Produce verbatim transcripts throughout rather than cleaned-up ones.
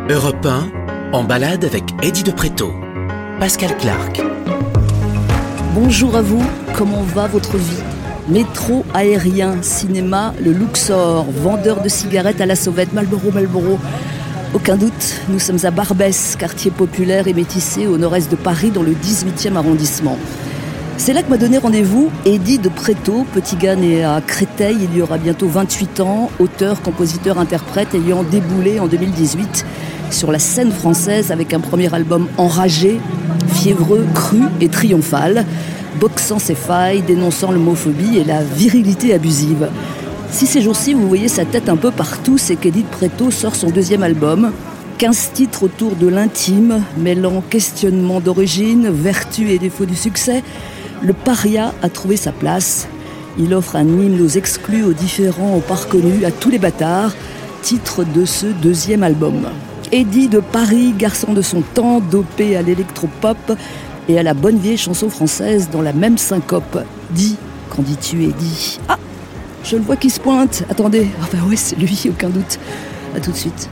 Europe un, en balade avec Eddie de Pretto. Pascal Clark. Bonjour à vous, comment va votre vie ? Métro, aérien, cinéma, le Luxor, vendeur de cigarettes à la sauvette, Marlboro, Marlboro. Aucun doute, nous sommes à Barbès, quartier populaire et métissé au nord-est de Paris, dans le dix-huitième arrondissement. C'est là que m'a donné rendez-vous Eddie de Pretto, petit gars né à Créteil, il y aura bientôt vingt-huit ans, auteur, compositeur, interprète, ayant déboulé en deux mille dix-huit sur la scène française avec un premier album enragé, fiévreux, cru et triomphal, boxant ses failles, dénonçant l'homophobie et la virilité abusive. Si ces jours-ci vous voyez sa tête un peu partout, c'est qu'Eddie de Pretto sort son deuxième album, quinze titres autour de l'intime, mêlant questionnement d'origine, vertu et défaut du succès. Le paria a trouvé sa place. Il offre un hymne aux exclus, aux différents, aux parconnus, à tous les bâtards, titre de ce deuxième album. Eddie de Paris, garçon de son temps, dopé à l'électropop et à la bonne vieille chanson française dans la même syncope. Dis, qu'en dis-tu Eddie ? Ah, je le vois qui se pointe. Attendez, ah ben ouais, c'est lui, aucun doute. À tout de suite.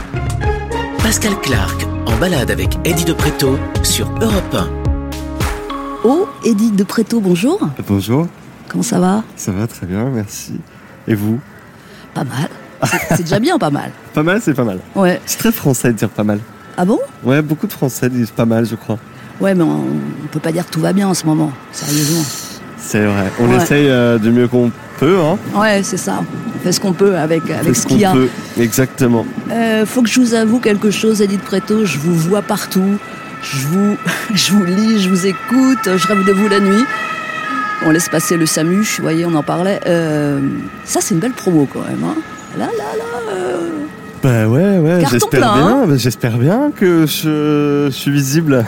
Pascal Clark, en balade avec Eddie de Pretto sur Europe un. Oh, Eddie de Pretto, bonjour. Bonjour. Comment ça va ? Ça va très bien, merci. Et vous ? Pas mal. C'est, c'est déjà bien, pas mal. Pas mal, c'est pas mal. Ouais. C'est très français de dire pas mal. Ah bon ? Ouais, beaucoup de Français disent pas mal, je crois. Ouais, mais on, on peut pas dire que tout va bien en ce moment, sérieusement. C'est vrai. On Ouais. essaye euh, du mieux qu'on peut, hein. Ouais, c'est ça. On fait ce qu'on peut avec, avec Fait ce ce qu'il y qu'on a. peut. Exactement. Euh, faut que je vous avoue quelque chose, Eddie de Pretto. Je vous vois partout. Je vous, je vous lis, je vous écoute. Je rêve de vous la nuit. On laisse passer le SAMU, vous voyez, on en parlait. Euh, ça, c'est une belle promo quand même. Hein. Là, là, là. Euh... Bah ouais, ouais, Carton j'espère plein, bien. hein. Bah, j'espère bien que je, je suis visible.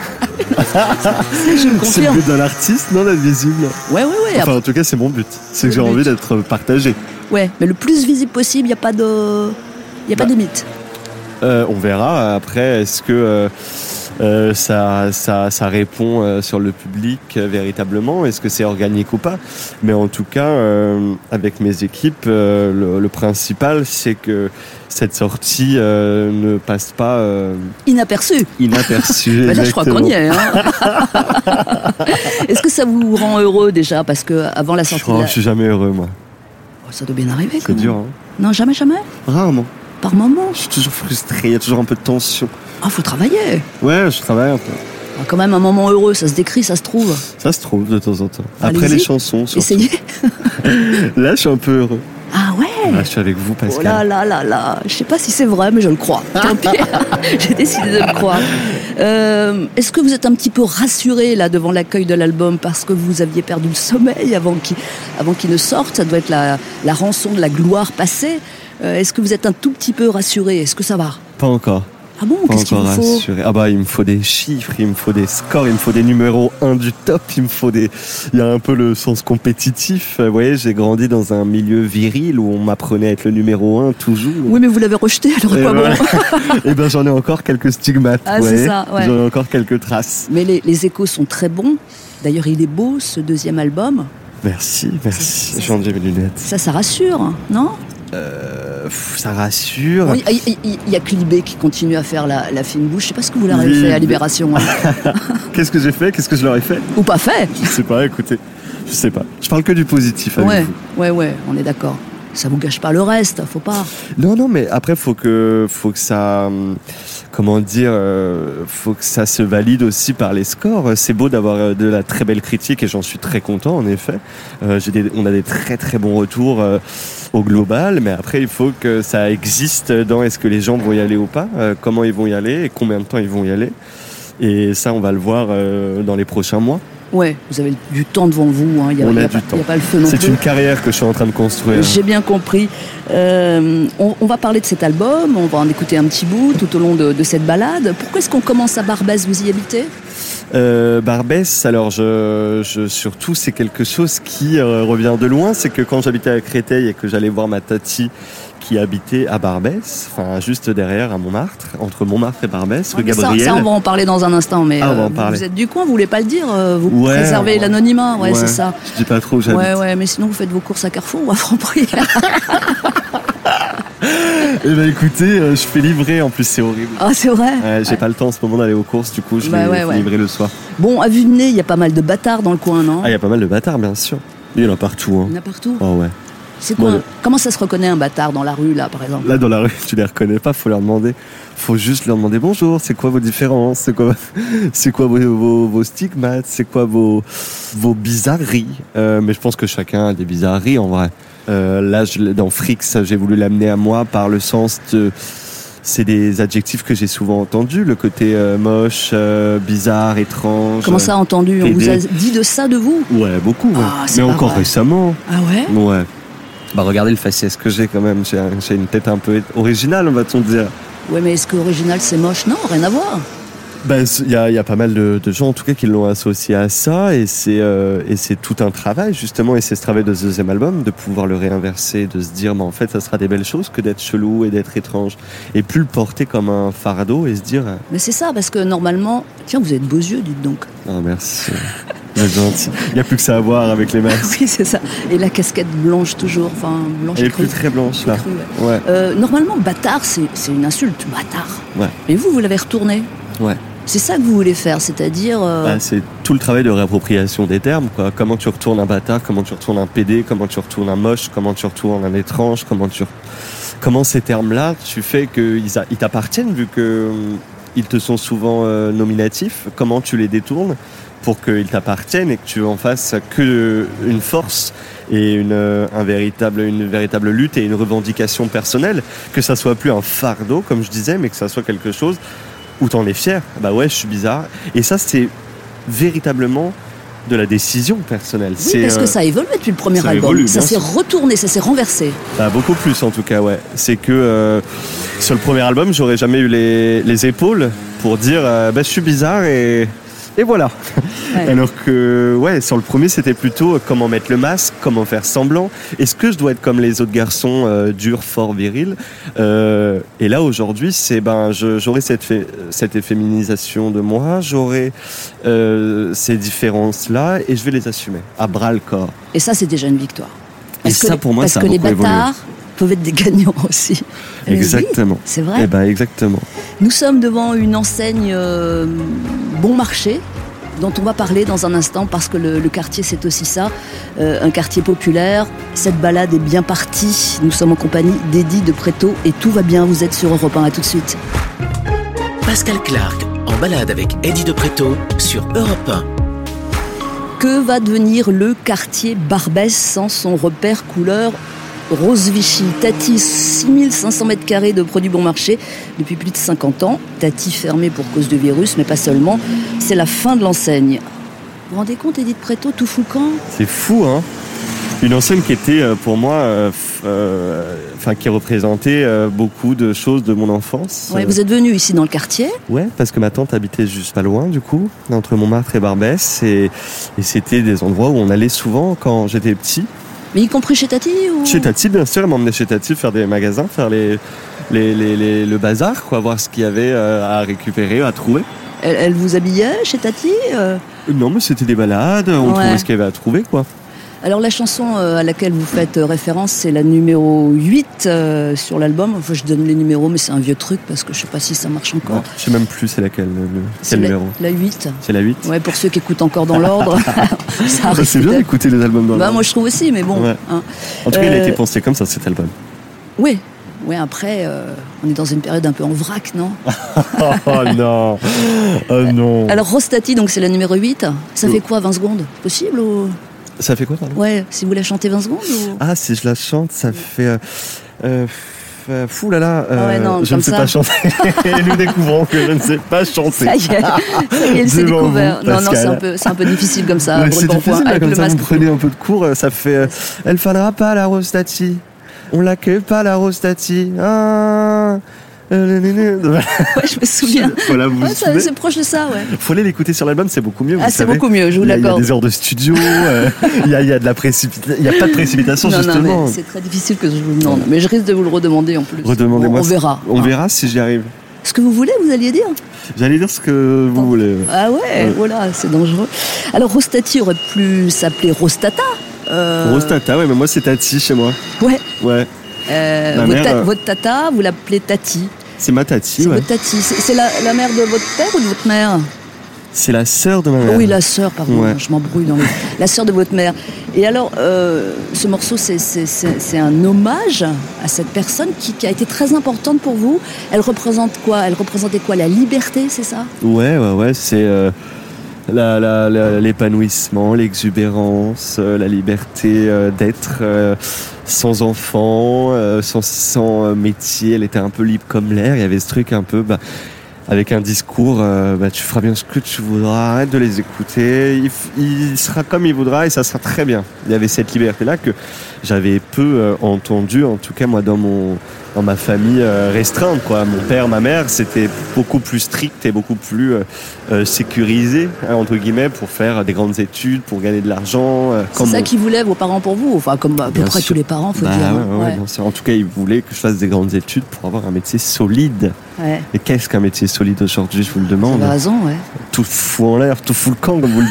Je me C'est le confirme. but d'un artiste, non, d'être visible. Ouais, ouais, ouais. Enfin, en tout cas, c'est mon but. C'est que j'ai Le but. envie d'être partagé. Ouais, mais le plus visible possible, il n'y a pas de, il y a pas Bah. de limite. Euh, on verra après. Est-ce que euh, euh, ça, ça, ça répond euh, sur le public euh, véritablement ? Est-ce que c'est organique ou pas ? Mais en tout cas, euh, avec mes équipes, euh, le, le principal, c'est que cette sortie euh, ne passe pas euh, Inaperçu. inaperçue. Bah là, je crois qu'on y Exactement. est. Hein. Est-ce que ça vous rend heureux déjà ? Parce que avant la Je sortie, crois de que la... je suis jamais heureux, moi. Oh, ça doit bien arriver. quand C'est même. dur, hein. Non, jamais, jamais. Rarement. Par moment. Je suis toujours frustré. Il y a toujours un peu de tension. Ah, faut travailler. Ouais, je travaille un peu. Ah, quand même un moment heureux, ça se décrit, ça se trouve. Ça se trouve de temps en temps. Allez-y. Après les chansons, surtout. Essayez. Là, je suis un peu heureux. Ah ouais. Là, je suis avec vous, Oh Pascal. là là là là. Je sais pas si c'est vrai, mais je le crois. Tant pis. J'ai décidé de le croire. Euh, est-ce que vous êtes un petit peu rassuré là devant l'accueil de l'album parce que vous aviez perdu le sommeil avant qu'il, avant qu'il ne sorte ? Ça doit être la, la rançon de la gloire passée. Euh, est-ce que vous êtes un tout petit peu rassuré ? Est-ce que ça va ? Pas encore. Ah bon ? Pas Qu'est-ce qu'il encore vous faut ? rassuré. Ah bah il me faut des chiffres, il me faut des scores, il me faut des numéros un du top, il me faut des. Il y a un peu le sens compétitif. Vous voyez, j'ai grandi dans un milieu viril où on m'apprenait à être le numéro un toujours. Oui, mais vous l'avez rejeté, alors Et quoi voilà. bon ? Et ben j'en ai encore quelques stigmates. Ah, vous c'est voyez. ça, ouais. J'en ai encore quelques traces. Mais les, les échos sont très bons. D'ailleurs, il est beau, ce deuxième album. Merci, merci. Ça, J'ai enlevé mes lunettes. Ça, ça rassure, non ? Euh, pff, ça rassure. Oui, il y, il y a Clibé qui continue à faire la, la fine bouche. Je sais pas ce que vous leur avez Oui, fait à mais- Libération. Hein. Qu'est-ce que j'ai fait ? Qu'est-ce que je leur ai fait ? Ou pas fait. Je sais pas. Écoutez, je sais pas. Je parle que du positif avec Ouais, vous. ouais, ouais, on est d'accord. Ça vous gâche pas le reste, faut pas. Non, non, mais après, faut que, faut que ça, hum, comment dire, euh, faut que ça se valide aussi par les scores. C'est beau d'avoir euh, de la très belle critique et j'en suis très content, en effet. Euh, j'ai des, on a des très très bons retours euh, au global, mais après, il faut que ça existe dans est-ce que les gens vont y aller ou pas, euh, comment ils vont y aller et combien de temps ils vont y aller. Et ça, on va le voir euh, dans les prochains mois. Ouais, vous avez du temps devant vous. Hein. Il y a, On il y a a du pas, temps. il y a pas le feu non C'est plus. une carrière que je suis en train de construire. J'ai bien compris. Euh, on, on va parler de cet album, on va en écouter un petit bout tout au long de, de cette balade. Pourquoi est-ce qu'on commence à Barbès ? Vous y habitez ? Euh, Barbès, alors je, je, surtout c'est quelque chose qui euh, revient de loin, c'est que quand j'habitais à Créteil et que j'allais voir ma tati qui habitait à Barbès, enfin juste derrière à Montmartre, entre Montmartre et Barbès, rue Mais ça, Gabriel. ça, on va en parler dans un instant, mais Ah, on va en vous, parler. vous êtes du coin, vous voulez pas le dire, euh, vous Ouais, préservez ouais. l'anonymat, ouais, c'est ça. Je dis pas trop où j'habite. Ouais, ouais, mais sinon vous faites vos courses à Carrefour ou à Franprix. Eh ben écoutez, euh, je fais livrer, en plus c'est horrible. Ah, c'est vrai Ouais, j'ai ouais. pas le temps en ce moment d'aller aux courses, du coup je Bah vais ouais, ouais. livrer le soir. Bon, à vue de nez, il y a pas mal de bâtards dans le coin, non? Ah, il y a pas mal de bâtards, bien sûr. Il y en a partout. Hein. Il y en a partout. Oh ouais. C'est quoi Ouais. Comment ça se reconnaît un bâtard dans la rue, là, par exemple? Là dans la rue, tu les reconnais pas, faut leur demander. Faut juste leur demander bonjour, c'est quoi vos différences, c'est quoi, c'est quoi vos, vos, vos stigmates, c'est quoi vos, vos bizarreries. Euh, mais je pense que chacun a des bizarreries en vrai. Euh, là, je, dans Frix, j'ai voulu l'amener à moi par le sens de. C'est des adjectifs que j'ai souvent entendus, le côté euh, moche, euh, bizarre, étrange. Comment ça, entendu? On Aider. vous a dit de ça de vous? Ouais, beaucoup. Ouais. Ah, c'est mais pas encore vrai. récemment. Ah ouais? Ouais. Bah regardez le faciès que j'ai quand même. J'ai, un- j'ai une tête un peu originale, on va-t-on dire. Ouais, mais est-ce que original c'est moche? Non, rien à voir. Bah, il y a, y a pas mal de, de gens en tout cas qui l'ont associé à ça et c'est euh, et c'est tout un travail justement et c'est ce travail de ce deuxième album de pouvoir le réinverser, de se dire mais en fait ça sera des belles choses que d'être chelou et d'être étrange et plus le porter comme un fardeau et se dire euh, Mais c'est ça, parce que normalement... Tiens, vous avez de beaux yeux, dites donc. oh merci, vous êtes gentil. Il y a plus que ça à voir avec les masques. Oui, c'est ça. Et la casquette blanche toujours, enfin, blanche Elle et est plus crue. très blanche là. Crue, ouais. Ouais, Euh, normalement, bâtard, c'est c'est une insulte, bâtard. ouais, Mais vous, vous l'avez retourné. ouais. C'est ça que vous voulez faire, c'est-à-dire... euh, Bah, c'est tout le travail de réappropriation des termes, quoi. Comment tu retournes un bâtard, comment tu retournes un pédé, comment tu retournes un moche, comment tu retournes un étrange, comment tu, comment ces termes-là, tu fais qu'ils a- ils t'appartiennent vu que hum, ils te sont souvent euh, nominatifs. Comment tu les détournes pour qu'ils t'appartiennent et que tu en fasses que une force et une, euh, un véritable, une véritable lutte et une revendication personnelle, que ça soit plus un fardeau, comme je disais, mais que ça soit quelque chose où t'en es fier. Bah ouais, je suis bizarre. Et ça, c'est véritablement de la décision personnelle. Oui, c'est parce euh, que ça a évolué depuis le premier ça album. évolue, ça bien s'est sûr. retourné, ça s'est renversé. bah, beaucoup plus en tout cas, ouais. C'est que euh, sur le premier album, j'aurais jamais eu les, les épaules pour dire euh, bah, je suis bizarre et, et voilà. Ouais. Alors que ouais, sur le premier, c'était plutôt comment mettre le masque, comment faire semblant. Est-ce que je dois être comme les autres garçons, euh, dur, fort, viril euh, Et là aujourd'hui, c'est ben je, j'aurai cette, fé- cette efféminisation de moi, j'aurai euh, ces différences-là et je vais les assumer à bras le corps. Et ça, c'est déjà une victoire. Et que ça, les- pour moi, parce ça a que les beaucoup évolué. bâtards peuvent être des gagnants aussi. Mais oui, Exactement. c'est vrai. Eh ben exactement. Nous sommes devant une enseigne euh, bon marché dont on va parler dans un instant parce que le, le quartier c'est aussi ça, euh, un quartier populaire. Cette balade est bien partie. Nous sommes en compagnie d'Eddie de Préto et tout va bien. Vous êtes sur Europe un, à tout de suite. Pascal Clark en balade avec Eddie de Préto sur Europe un. Que va devenir le quartier Barbès sans son repère couleur Rose Vichy? Tati, six mille cinq cents mètres carrés de produits bon marché depuis plus de cinquante ans. Tati fermée pour cause de virus, mais pas seulement. C'est la fin de l'enseigne. Vous vous rendez compte, Edith Préto, tout fou quand? C'est fou, hein. Une enseigne qui était euh, pour moi, euh, f- euh, enfin qui représentait euh, beaucoup de choses de mon enfance. Ouais, vous êtes venu ici dans le quartier. Ouais, parce que ma tante habitait juste pas loin, du coup, entre Montmartre et Barbès, et, et c'était des endroits où on allait souvent quand j'étais petit. Mais y compris chez Tati ou... Chez Tati, bien sûr, elle m'emmenait chez Tati faire des magasins, faire les, les, les, les- le bazar, quoi, voir ce qu'il y avait euh, à récupérer, à trouver. elle, elle vous habillait chez Tati euh Non, mais c'était des balades, on Ouais. trouvait ce qu'il y avait à trouver, quoi. Alors la chanson euh, à laquelle vous faites euh, référence, c'est la numéro huit euh, sur l'album. Enfin, je donne les numéros, mais c'est un vieux truc parce que je sais pas si ça marche encore. Ouais, je sais même plus c'est laquelle, le, le- C'est quel la, numéro. la huit. C'est la huit. Ouais, pour ceux qui écoutent encore dans l'ordre. ça Bah, arrive c'est bien peut-être. d'écouter les albums dans Bah, l'ordre. moi je trouve aussi, mais bon. Ouais. Hein. En tout cas, il a Euh, été pensé comme ça, cet album. Oui. Oui, après, euh, on est dans une période un peu en vrac, non? Oh non, oh non. Alors Rostati, donc c'est la numéro huit. Ça Oh. fait quoi, vingt secondes? Possible ou... Ça fait quoi, pardon? Ouais, si vous la chantez vingt secondes ou... Ah, si je la chante, ça fait... Euh, euh, f- fou là là, euh, Ah ouais, non, je comme ne sais ça. pas chanter. Et nous découvrons que je ne sais pas chanter. Ça y est, ça y est, c'est Devant découvert. vous, Non, non, Pascal. c'est un peu, c'est un peu difficile comme ça, Ouais, brûle c'est bon difficile, point, là, avec comme le ça, masque. vous prenez un peu de cours, euh, ça fait... euh, elle fallera pas la rostati. On l'a que pas la rostati. Ah, euh, né, né, né. Ouais, je me souviens. Voilà, vous Ouais, vous ça, souvenez. c'est proche de ça, ouais. Faut aller l'écouter sur l'album, c'est beaucoup mieux. Ah, vous c'est savez. beaucoup mieux, je vous Il y a- Il y a l'accorde. des heures de studio, euh, il y, a, il y a de la précipitation, il n'y a pas de précipitation Non, non, justement. mais c'est très difficile que je vous le demande. Mais je risque de vous le redemander en plus. Redemandez-moi. On, on verra. On Hein. verra si j'y arrive. Ce que vous voulez, vous alliez dire. J'allais dire ce que vous voulez. Ah ouais, Ouais. voilà, c'est dangereux. Alors Rostati aurait pu s'appeler Rostata. Euh, Rostata, ouais, mais moi c'est Tati chez moi. Ouais. Ouais. Euh, votre, mère, ta- euh... votre tata, vous l'appelez Tati. C'est ma Tati, C'est ouais. votre Tati. C'est, c'est la, la mère de votre père ou de votre mère? C'est la sœur de ma mère. Oh oui, la sœur, pardon, Ouais. je m'embrouille dans le... La sœur de votre mère. Et alors, euh, ce morceau, c'est, c'est, c'est, c'est un hommage à cette personne qui, qui a été très importante pour vous. Elle représente quoi? Elle représentait quoi? La liberté, c'est ça? Ouais, ouais, ouais, c'est euh, la, la, la- l'épanouissement, l'exubérance, euh, la liberté euh, d'être euh, sans enfant, euh, sans, sans euh, métier. Elle était un peu libre comme l'air. Il y avait ce truc un peu... Bah, avec un discours, euh, bah, tu feras bien ce que tu voudras, arrête de les écouter, il, f- il sera comme il voudra et ça sera très bien. Il y avait cette liberté-là que j'avais peu euh, entendue, en tout cas moi dans mon dans ma famille euh, restreinte, quoi. Mon père, ma mère, c'était beaucoup plus strict et beaucoup plus euh, euh, sécurisé, hein, entre guillemets, pour faire des grandes études, pour gagner de l'argent. euh, C'est comme ça on- qu'ils voulaient, vos parents, pour vous? Enfin, comme à peu Bien près sûr. tous les parents, faut Bah, dire. ouais, hein. ouais, Ouais. bien sûr. En tout cas, ils voulaient que je fasse des grandes études pour avoir un métier solide. Ouais. Et qu'est-ce qu'un métier solide aujourd'hui, je vous le Vous demande. avez raison, ouais. Tout fout en l'air, tout fout le camp, comme vous le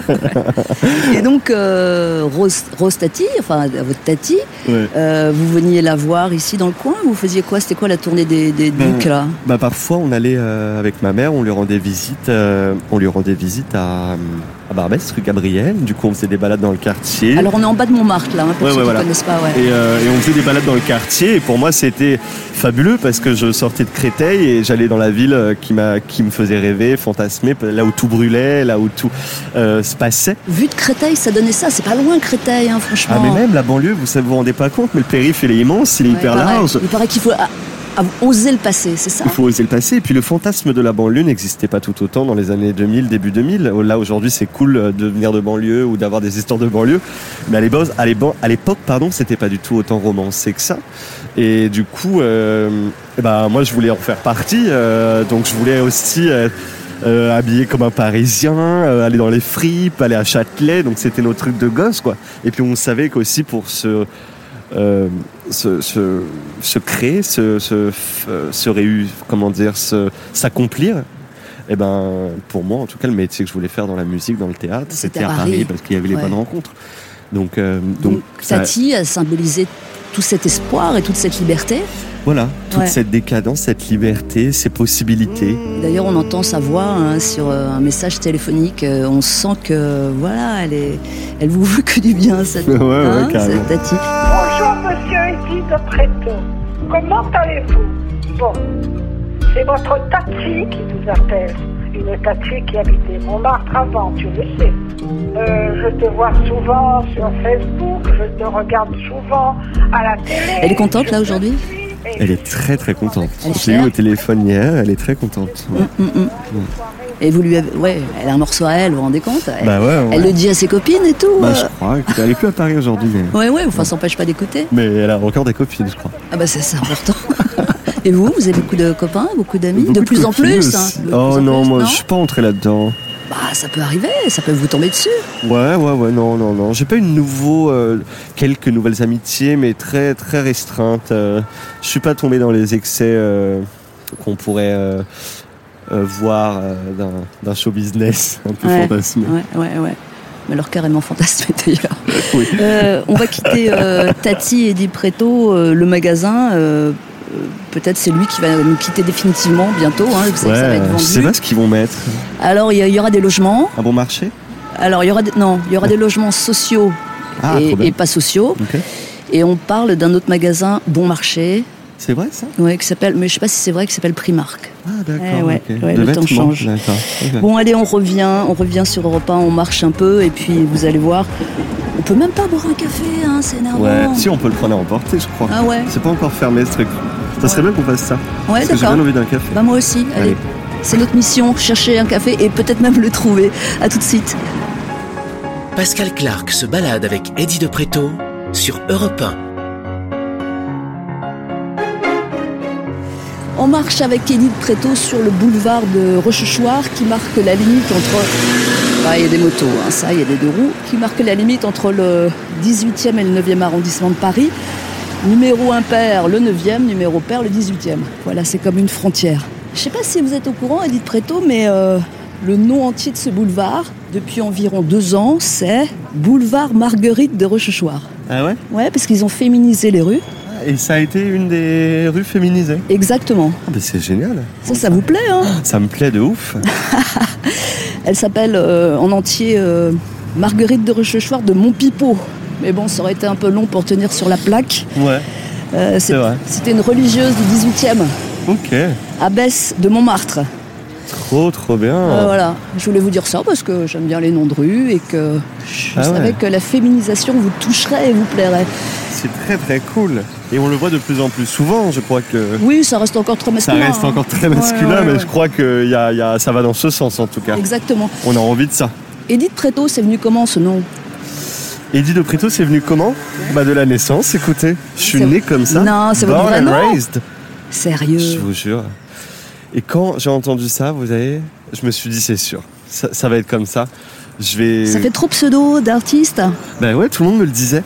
dites. Et donc, euh, Rose, Rose Tati, enfin, votre Tati, Ouais. euh, vous veniez la voir ici dans le coin? Vous faisiez quoi? C'était quoi la tournée des, des Ben, ducs, là? Bah parfois on allait euh, avec ma mère, on lui rendait visite, euh, on lui rendait visite à, à Barbès, rue Gabriel. Du coup on faisait des balades dans le quartier. Alors, on est en bas de Montmartre, là, hein, pour Ouais, ceux ouais, qui ne voilà. connaissent pas, ouais. Et, euh, et on faisait des balades dans le quartier et pour moi c'était fabuleux parce que je sortais de Créteil et j'allais dans la ville euh, qui, m'a, qui me faisait rêver, fantasmer, là où tout brûlait, là où tout euh, se passait. Vu de Créteil, ça donnait ça. C'est pas loin, Créteil, hein, franchement. Ah mais même la banlieue, vous ne vous rendez pas compte, mais le périph' il est immense, il est Ouais, hyper pareil. large. Il paraît qu'il faut ah, ah, oser le passer, c'est ça? Il faut oser le passer. Et puis le fantasme de la banlieue n'existait pas tout autant dans les années deux mille, début deux mille. Là aujourd'hui c'est cool de venir de banlieue ou d'avoir des histoires de banlieue. Mais à l'époque, à l'époque, à l'époque pardon, c'était pas du tout autant romancé que ça. Et du coup, euh, eh ben, moi je voulais en faire partie. Euh, donc je voulais aussi être euh, habillé comme un Parisien, euh, aller dans les fripes, aller à Châtelet. Donc c'était nos trucs de gosse, quoi. Et puis on savait qu'aussi pour se Euh, se, se, se créer, se, se, se réu, comment dire, se, s'accomplir. Et ben, pour moi, en tout cas, le métier que je voulais faire dans la musique, dans le théâtre, C'était c'était à à Paris, Paris. parce qu'il y avait les Ouais. bonnes rencontres. Donc, euh, donc, Donc, ça- Tati a symbolisé tout cet espoir et toute cette liberté. voilà, toute Ouais. cette décadence, cette liberté, ces possibilités. D'ailleurs, on entend sa voix hein, sur euh, un message téléphonique. Euh, on sent que voilà, elle est, elle vous veut que du bien, cette, Ouais, ouais, carrément. cette Tati. Bonjour Monsieur Eddy de Préto. Comment allez-vous? Bon, c'est votre Tati qui vous appelle. Une Tati qui habitait Montmartre avant, tu le sais. Euh, je te vois souvent sur Facebook, je te regarde souvent à la télé. Elle est contente je là te aujourd'hui? suis et Elle est très très contente. Elle est Je l'ai eu fière au téléphone hier, elle est très contente. Ouais. Hum, hum. Et vous lui avez, ouais, elle a un morceau à elle, vous vous rendez compte? Elle, Bah ouais, ouais. elle le dit à ses copines et tout. Bah, euh. je crois. Écoute, elle est plus à Paris aujourd'hui, mais... Ouais, ouais, enfin, ça n'empêche pas d'écouter. mais elle a encore des copines, je crois. Ah bah c'est, c'est important. Et vous, vous avez beaucoup de copains, beaucoup d'amis? De Beaucoup plus en copines plus hein, aussi. de plus Oh en non, plus, moi je suis pas entré là-dedans. Bah ça peut arriver, ça peut vous tomber dessus. Ouais, ouais, ouais, non, non, non. J'ai pas eu de nouveau, euh, quelques nouvelles amitiés, mais très, très restreintes. Euh, je suis pas tombé dans les excès euh, qu'on pourrait euh, euh, voir euh, d'un, d'un show business un peu Ouais, fantasmé. Ouais, ouais, ouais. Mais alors carrément fantasmé d'ailleurs. Oui. Euh, on va quitter euh, Tati et Di Preto, euh, le magasin. euh, euh, peut-être c'est lui qui va nous quitter définitivement bientôt. Hein, vous savez que ça va Ouais, être je vendu. sais pas ce qu'ils vont mettre. Alors il y, a- il y aura des logements. Un bon marché. Alors il y aura des, non, il y aura des logements sociaux Ah, et, trop bien. et pas sociaux. Ok. Et on parle d'un autre magasin bon marché, C'est vrai ça? ouais, qui s'appelle, mais je sais pas si c'est vrai, qui s'appelle Primark. Ah d'accord. Eh ouais, ok. ouais, De le temps vêtements, change. D'accord. ok. Bon allez, on revient, on revient sur Europe un, on marche un peu et puis vous allez voir, on peut même pas boire un café, hein, c'est énervant. Ouais. Si on peut le prendre à emporter, je crois. Ah ouais. C'est pas encore fermé ce truc. Ça serait bien qu'on fasse ça. Ouais, Parce que j'ai d'accord. bien envie d'un café. Bah moi aussi, allez. Allez. C'est notre mission, chercher un café et peut-être même le trouver. À tout de suite. Pascal Clark se balade avec Eddy de Préto sur Europe un. On marche avec Eddy de Préto sur le boulevard de Rochechouart qui marque la limite entre... Ah, il y a des motos, hein, ça, il y a des deux roues, qui marque la limite entre le dix-huitième et le neuvième arrondissement de Paris. Numéro impair, le neuvième, numéro pair, le dix-huitième. Voilà, c'est comme une frontière. Je ne sais pas si vous êtes au courant, Eddy de Préto, mais euh, le nom entier de ce boulevard, depuis environ deux ans, c'est Boulevard Marguerite de Rochechouart. Ah ouais? Ouais, parce qu'ils ont féminisé les rues. Ah et ça a été une des rues féminisées. Exactement. Ah bah c'est génial. Ça, ça vous plaît, hein? Ça me plaît de ouf. Elle s'appelle euh, en entier euh, Marguerite de Rochechouart de Montpipeau. Mais bon, ça aurait été un peu long pour tenir sur la plaque. Ouais, Euh, c'est c'est- vrai. C'était une religieuse du dix-huitième, Ok, abbesse de Montmartre. trop trop bien. Euh, voilà, je voulais vous dire ça parce que j'aime bien les noms de rues et que je Ah savais ouais. que la féminisation vous toucherait et vous plairait. C'est très très cool. Et on le voit de plus en plus souvent, je crois que... Oui, ça reste encore très Ça masculin. reste hein. encore très Ouais, masculin, ouais, mais ouais. je crois que y a, y a, ça va dans ce sens en tout cas. Exactement. On a envie de ça. Edith Préto, c'est venu comment ce nom? Edith de Préto, c'est venu comment? Bah de la naissance, écoutez. Je suis C'est- né comme ça. Non, c'est votre Born vrai and nom. raised. Sérieux? Je vous jure. Et quand j'ai entendu ça, vous savez, je me suis dit c'est sûr, ça, ça va être comme ça. Je vais. Ça fait trop pseudo d'artiste. Ben ouais, tout le monde me le disait.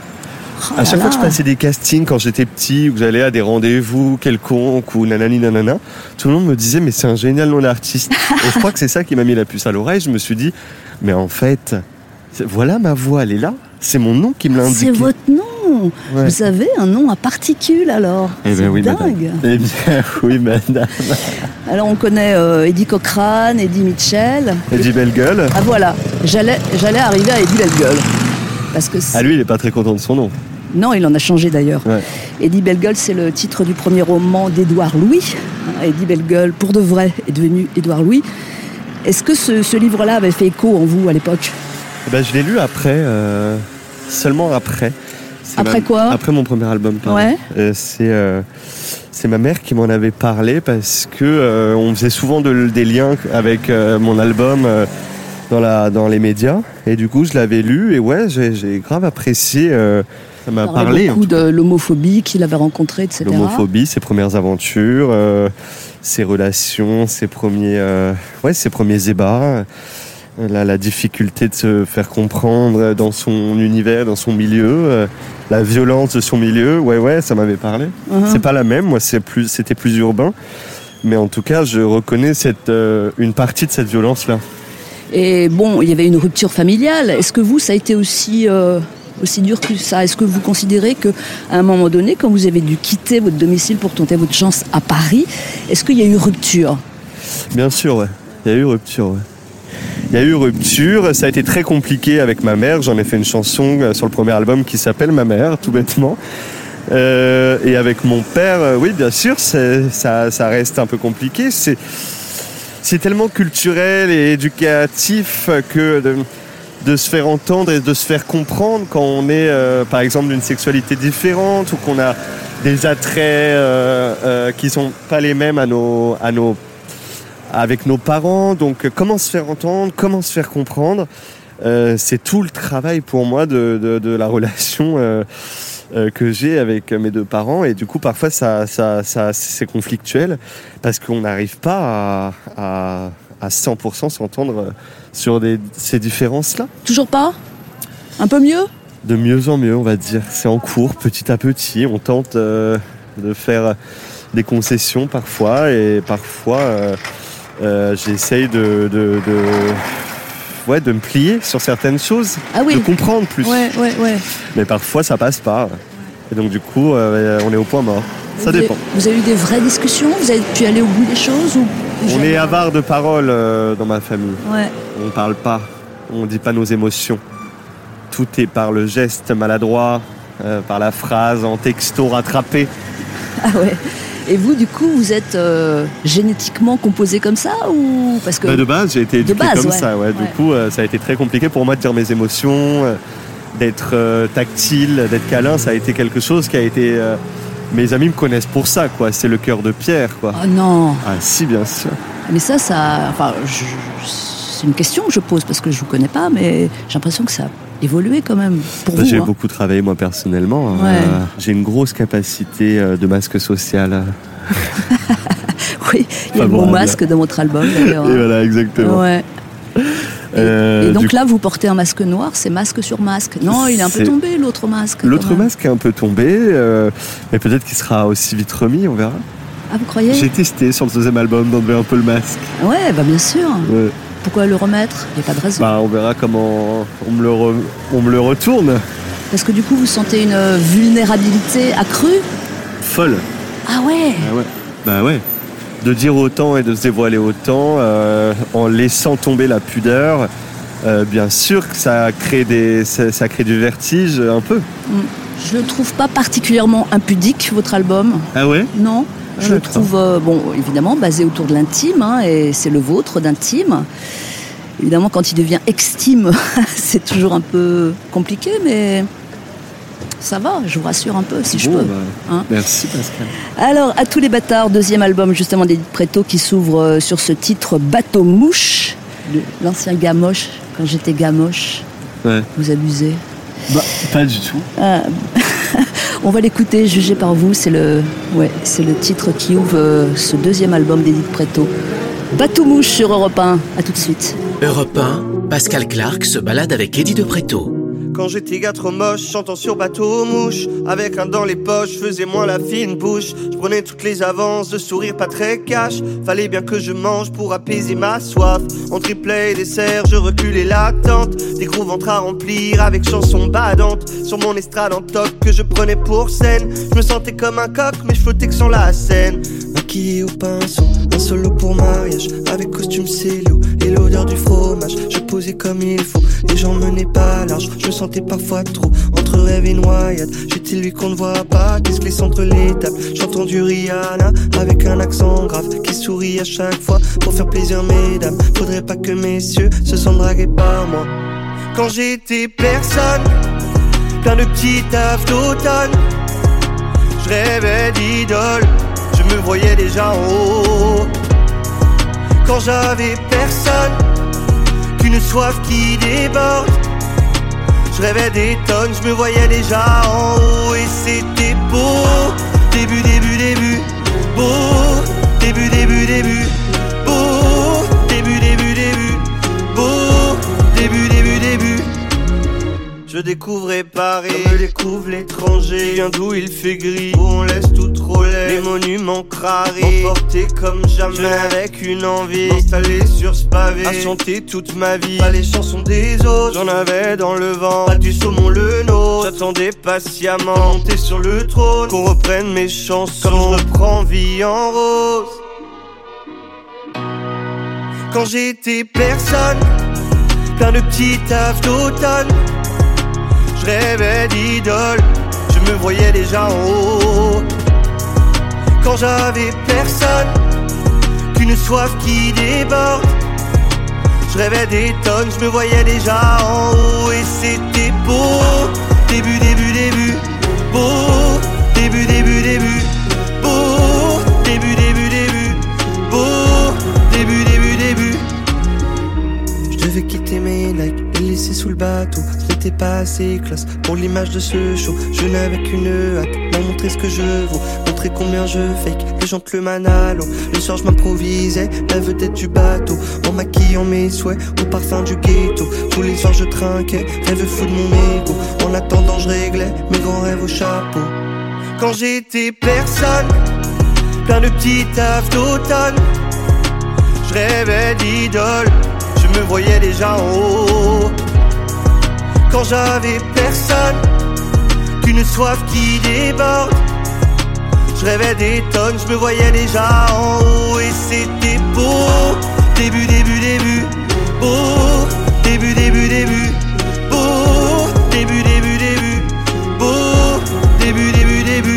Oh À là chaque fois que je là. passais des castings quand j'étais petit, ou que j'allais à des rendez-vous quelconques ou nanani nanana, tout le monde me disait mais c'est un génial nom d'artiste. Et je crois que c'est ça qui m'a mis la puce à l'oreille. Je me suis dit mais en fait, c'est- voilà ma voix, elle est là. C'est mon nom qui me l'a indiqué. C'est votre nom. Ouais. Vous avez un nom à particules alors. Eh c'est ben oui, madame. dingue. Eh bien oui, madame. Alors on connaît euh, Eddie Cochrane, Eddie Mitchell. Eddie Bellegueule. Ah voilà, j'allais, j'allais arriver à Eddie Bellegueule. Parce que c'est- Ah lui, il est pas très content de son nom. Non, il en a changé d'ailleurs. Ouais. Eddie Bellegueule, c'est le titre du premier roman d'Édouard Louis. Eddie Bellegueule, pour de vrai, est devenu Édouard Louis. Est-ce que ce, ce livre-là avait fait écho en vous à l'époque? Eh ben, je l'ai lu après, euh, seulement après. C'est Après ma- quoi? Après mon premier album, pardon. Ouais. Euh, c'est euh, c'est ma mère qui m'en avait parlé parce que euh, on faisait souvent de- des liens avec euh, mon album euh, dans la dans les médias et du coup je l'avais lu et ouais j'ai j'ai grave apprécié. euh, ça m'a Il parlait parlé. beaucoup de l'homophobie qu'il avait rencontrée, et cetera. L'homophobie, ses premières aventures, euh, ses relations, ses premiers, euh, ouais, ses premiers ébats, euh, la, la difficulté de se faire comprendre dans son univers, dans son milieu, euh, la violence de son milieu. Ouais, ouais, ça m'avait parlé. Mhm. C'est pas la même, moi, c'est plus, c'était plus urbain, mais en tout cas, je reconnais cette, euh, une partie de cette violence-là. Et bon, il y avait une rupture familiale. Est-ce que vous, ça a été aussi, euh, aussi dur que ça? Est-ce que vous considérez qu'à un moment donné, quand vous avez dû quitter votre domicile pour tenter votre chance à Paris, est-ce qu'il y a eu rupture? Bien sûr, ouais. Il y a eu rupture, ouais. Il y a eu rupture, ça a été très compliqué avec ma mère. J'en ai fait une chanson euh, sur le premier album qui s'appelle Ma mère, tout bêtement. Euh, et avec mon père, euh, oui, bien sûr, c'est- ça, ça reste un peu compliqué. C'est, c'est tellement culturel et éducatif que de, de se faire entendre et de se faire comprendre quand on est, euh, par exemple, d'une sexualité différente ou qu'on a des attraits euh, euh, qui sont pas les mêmes à nos, à nos avec nos parents, donc euh, comment se faire entendre, comment se faire comprendre, euh, c'est tout le travail pour moi de, de, de la relation euh, euh, que j'ai avec mes deux parents et du coup parfois ça, ça, ça, c'est conflictuel parce qu'on n'arrive pas à, à, à cent pour cent s'entendre sur des, ces différences-là. Toujours pas? Un peu mieux? De mieux en mieux, on va dire. C'est en cours, petit à petit. On tente euh, de faire des concessions parfois et parfois... Euh, Euh, j'essaye de, de, de, ouais, de me plier sur certaines choses, Ah oui. de comprendre plus. Ouais, ouais, ouais. Mais parfois, ça passe pas. Et donc, du coup, euh, on est au point mort. Ça vous dépend. Avez, vous avez eu des vraies discussions? Vous avez pu aller au bout des choses ou... On est avare de paroles euh, dans ma famille. Ouais. On parle pas. On dit pas nos émotions. Tout est par le geste maladroit, euh, par la phrase en texto rattrapé. Ah ouais. Et vous, du coup, vous êtes euh, génétiquement composé comme ça ou parce que Bah, de base, j'ai été éduqué base, comme ouais. ça. Ouais. Du Ouais. coup, euh, ça a été très compliqué pour moi de dire mes émotions, euh, d'être euh, tactile, d'être câlin. Ça a été quelque chose qui a été... euh, mes amis me connaissent pour ça, quoi. C'est le cœur de pierre, quoi. Oh non. Ah si, bien sûr. Mais ça, ça, enfin, je- c'est une question que je pose parce que je vous connais pas, mais j'ai l'impression que ça a évolué quand même pour Bah, vous. j'ai hein. beaucoup travaillé, moi, personnellement. hein. Ouais. Euh, j'ai une grosse capacité euh, de masque social. Oui, il y a le mot Favorable. masque dans votre album d'ailleurs. Et hein. voilà, exactement. Ouais. Et, Euh, et donc du là, vous portez un masque noir, c'est masque sur masque. Non, il est un peu C'est- tombé l'autre masque. L'autre quand même. masque est un peu tombé, euh, mais peut-être qu'il sera aussi vite remis, on verra. Ah, vous croyez? J'ai testé sur le deuxième album d'enlever un peu le masque. Ouais, bah bien sûr. Ouais. Pourquoi le remettre? Il n'y a pas de raison. Bah, on verra comment on me le, re- on me le retourne. Parce que du coup, vous sentez une vulnérabilité accrue ? Folle. Ah ouais ? Ah ouais. Bah ouais. De dire autant et de se dévoiler autant, euh, en laissant tomber la pudeur, euh, bien sûr que ça crée, des, ça, ça crée du vertige un peu. Je le trouve pas particulièrement impudique, votre album. Ah ouais ? Non. Ah, je le trouve, euh, bon, évidemment, basé autour de l'intime, hein, et c'est le vôtre d'intime. Évidemment, quand il devient extime, c'est toujours un peu compliqué, mais ça va, je vous rassure un peu, si bon, je peux. Bah, hein. Merci, Pascal. Alors, À tous les bâtards, deuxième album, justement, d'Édith Préto, qui s'ouvre sur ce titre « Bateau mouche », l'ancien gamoche, quand j'étais gamoche. Ouais. Vous abusez ? Bah, pas du tout. Ah. On va l'écouter, jugé par vous. C'est le, ouais, c'est le titre qui ouvre euh, ce deuxième album d'Édith Préto. Bateau mouche sur Europe un. À tout de suite. Europe un, Pascal Clark se balade avec Eddie de Préto. Quand j'étais gars trop moche, chantant sur bateau mouche, avec un dans les poches, faisais moins la fine bouche. Je prenais toutes les avances, de sourire pas très cash. Fallait bien que je mange pour apaiser ma soif. En triplet et dessert, je reculais l'attente. Des gros ventres à remplir avec chansons badantes. Sur mon estrade en toc que je prenais pour scène. Je me sentais comme un coq, mais je flottais que sur la scène. Maquillé au pinceau, un solo pour mariage, avec costume cello et l'odeur du fromage. Je posais comme il faut, et j'en menais pas large. Je me sentais parfois trop entre rêve et noyade. J'étais lui qu'on ne voit pas, qui se glisse entre les tables. J'entends du Rihanna avec un accent grave, qui sourit à chaque fois pour faire plaisir mesdames. Faudrait pas que messieurs se sentent dragués par moi. Quand j'étais personne, plein de petits tafs d'automne, je rêvais d'idole, je me voyais déjà en haut. Quand j'avais personne, qu'une soif qui déborde, je rêvais des tonnes, je me voyais déjà en haut. Et c'était beau, début, début, début, beau, début, début, début, beau, début, début, début, beau, début, début, début. Je découvrais Paris, comme je découvre l'étranger. Qui vient d'où il fait gris, où on laisse tout troller. Les monuments crarés, emportés comme jamais. Je n'avais qu'une envie, installé sur ce pavé, à chanter toute ma vie, pas les chansons des autres. J'en avais dans le vent, pas du saumon le nôtre. J'attendais patiemment, monter sur le trône, qu'on reprenne mes chansons, comme je reprends Vie en rose. Quand j'étais personne, plein de petits tafs d'automne, je rêvais d'idole, je me voyais déjà en haut. Quand j'avais personne, qu'une soif qui déborde, je rêvais des tonnes, je me voyais déjà en haut. Et c'était beau, début, début, début, beau, début, début, début, beau, début, début, début, beau, début, début, début. Je devais quitter mes Nike et les laisser sous le bateau. Ce n'était pas assez classe pour l'image de ce show. Je n'avais qu'une hâte, m'en montrer ce que je vaux, montrer combien je fake, le gentleman à l'eau. Le soir je m'improvisais, la vedette du bateau, en maquillant mes souhaits au parfum du ghetto. Tous les soirs je trinquais, rêve fou de mon ego. En attendant je réglais mes grands rêves au chapeau. Quand j'étais personne, plein de petits tafs d'automne, je rêvais d'idole, je me voyais déjà en haut. Quand j'avais personne, qu'une soif qui déborde, je rêvais des tonnes, je me voyais déjà en haut. Et c'était beau, début, début, début, beau, début, début, début, beau, début, début, début, beau, début, début, début.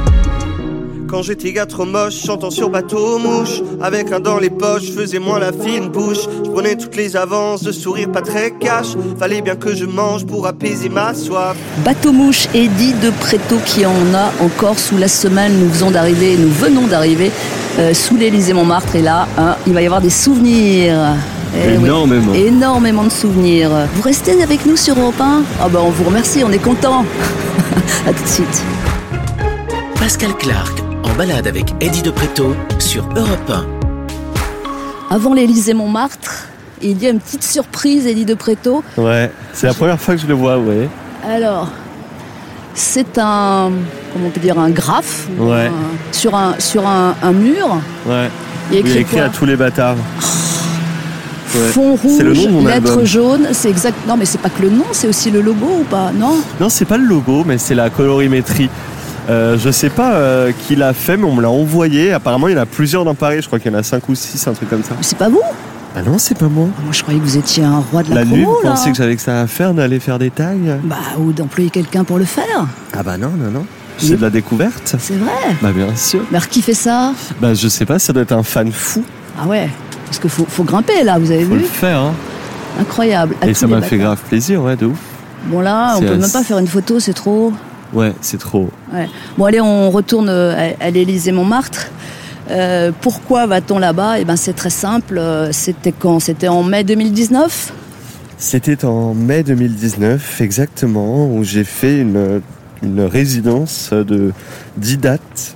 Quand j'étais gars trop moche, chantant sur bateau mouche, avec un dans les poches, faisais moins la fine bouche. Je prenais toutes les avances, de sourire pas très cash. Fallait bien que je mange pour apaiser ma soif. Bateau mouche, Eddie de Préto qui en a encore sous la semaine. Nous venons d'arriver, nous venons d'arriver euh, sous l'Élysée-Montmartre. Et là, hein, il va y avoir des souvenirs. Eh énormément. Oui, énormément de souvenirs. Vous restez avec nous sur Europe un ? Ah ben on vous remercie, on est contents. À tout de suite. Pascal Clark en balade avec Eddie de Préto sur Europe un. Avant l'Élysée-Montmartre, il y a une petite surprise, Eddie de Préto. Ouais, c'est la première fois que je le vois, ouais. Alors, c'est un, comment on peut dire, un graphe, ouais. un, sur, un, sur un, un mur. Ouais. Il y a écrit, il y a écrit à tous les bâtards. Ouais. Fond C'est le rouge, nom de mon lettres album. jaunes, c'est exact. Non, mais c'est pas que le nom, c'est aussi le logo ou pas? Non. Non, c'est pas le logo, mais c'est la colorimétrie. Euh, je sais pas euh, qui l'a fait, mais on me l'a envoyé. Apparemment, il y en a plusieurs dans Paris. Je crois qu'il y en a cinq ou six, un truc comme ça. Mais c'est pas vous? Ah non, c'est pas moi. Moi, je croyais que vous étiez un roi de la, La promo, nuit, vous là. pensez que j'avais que ça à faire d'aller faire des tags? Bah, ou d'employer quelqu'un pour le faire. Ah bah non, non, non. Oui. C'est de la découverte. C'est vrai. Bah bien sûr. Mais alors, qui fait ça? Bah je sais pas, ça doit être un fan fou. Ah ouais. Parce qu'il faut, faut grimper, là, vous avez Faut vu? le faire, hein. Incroyable. À Et tous ça les m'a fait battants. grave plaisir, ouais, de ouf. Bon, là, on C'est peut assez- même pas faire une photo, c'est trop. Ouais, c'est trop. Ouais. Bon, allez, on retourne à, à l'Élysée-Montmartre. Euh, pourquoi va-t-on là-bas? Eh ben, c'est très simple. Euh, C'était quand? C'était en mai deux mille dix-neuf? C'était en mai deux mille dix-neuf, exactement, où j'ai fait une, une résidence de dix dates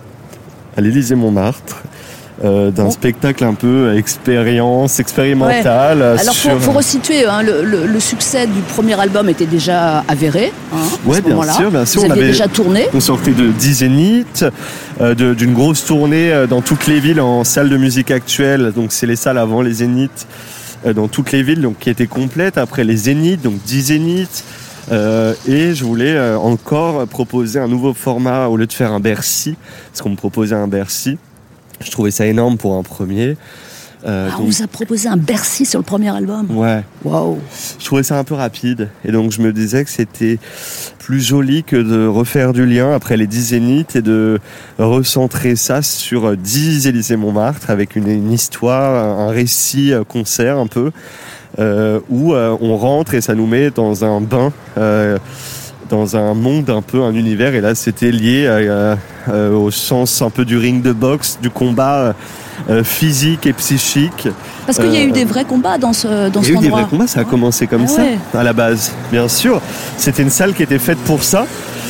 à l'Élysée-Montmartre, euh, d'un Bon. spectacle un peu expérience, expérimentale. euh, Alors, sur... faut, faut resituer. Hein, le, le- le succès du premier album était déjà avéré. Hein, à Ouais, ce bien moment-là. sûr, bien sûr. Vous On aviez avait- déjà tourné. On sortait de dix zéniths, euh, de- d'une grosse tournée euh, dans toutes les villes en salle de musique actuelle. Donc c'est les salles avant les zéniths, euh, dans toutes les villes, donc qui étaient complètes. Après les zéniths, donc dix zéniths. Euh, et je voulais euh, encore proposer un nouveau format au lieu de faire un Bercy, parce qu'on me proposait un Bercy. Je trouvais ça énorme pour un premier. Euh, Ah, on donc- vous a proposé un Bercy sur le premier album. Ouais. Waouh. Je trouvais ça un peu rapide et donc je me disais que c'était plus joli que de refaire du lien après les dix zéniths et de recentrer ça sur dix Élysée-Montmartre avec une, une histoire, un récit euh, concert un peu euh, où euh, on rentre et ça nous met dans un bain, euh, dans un monde un peu, un univers, et là c'était lié euh, euh, au sens un peu du ring de boxe, du combat euh, physique et psychique. Parce qu'il y a Euh, eu des vrais combats dans ce dans Il y cet a eu des endroit. vrais combats, ça a commencé comme Ah ça, ouais. à la base, bien sûr. C'était une salle qui était faite pour ça.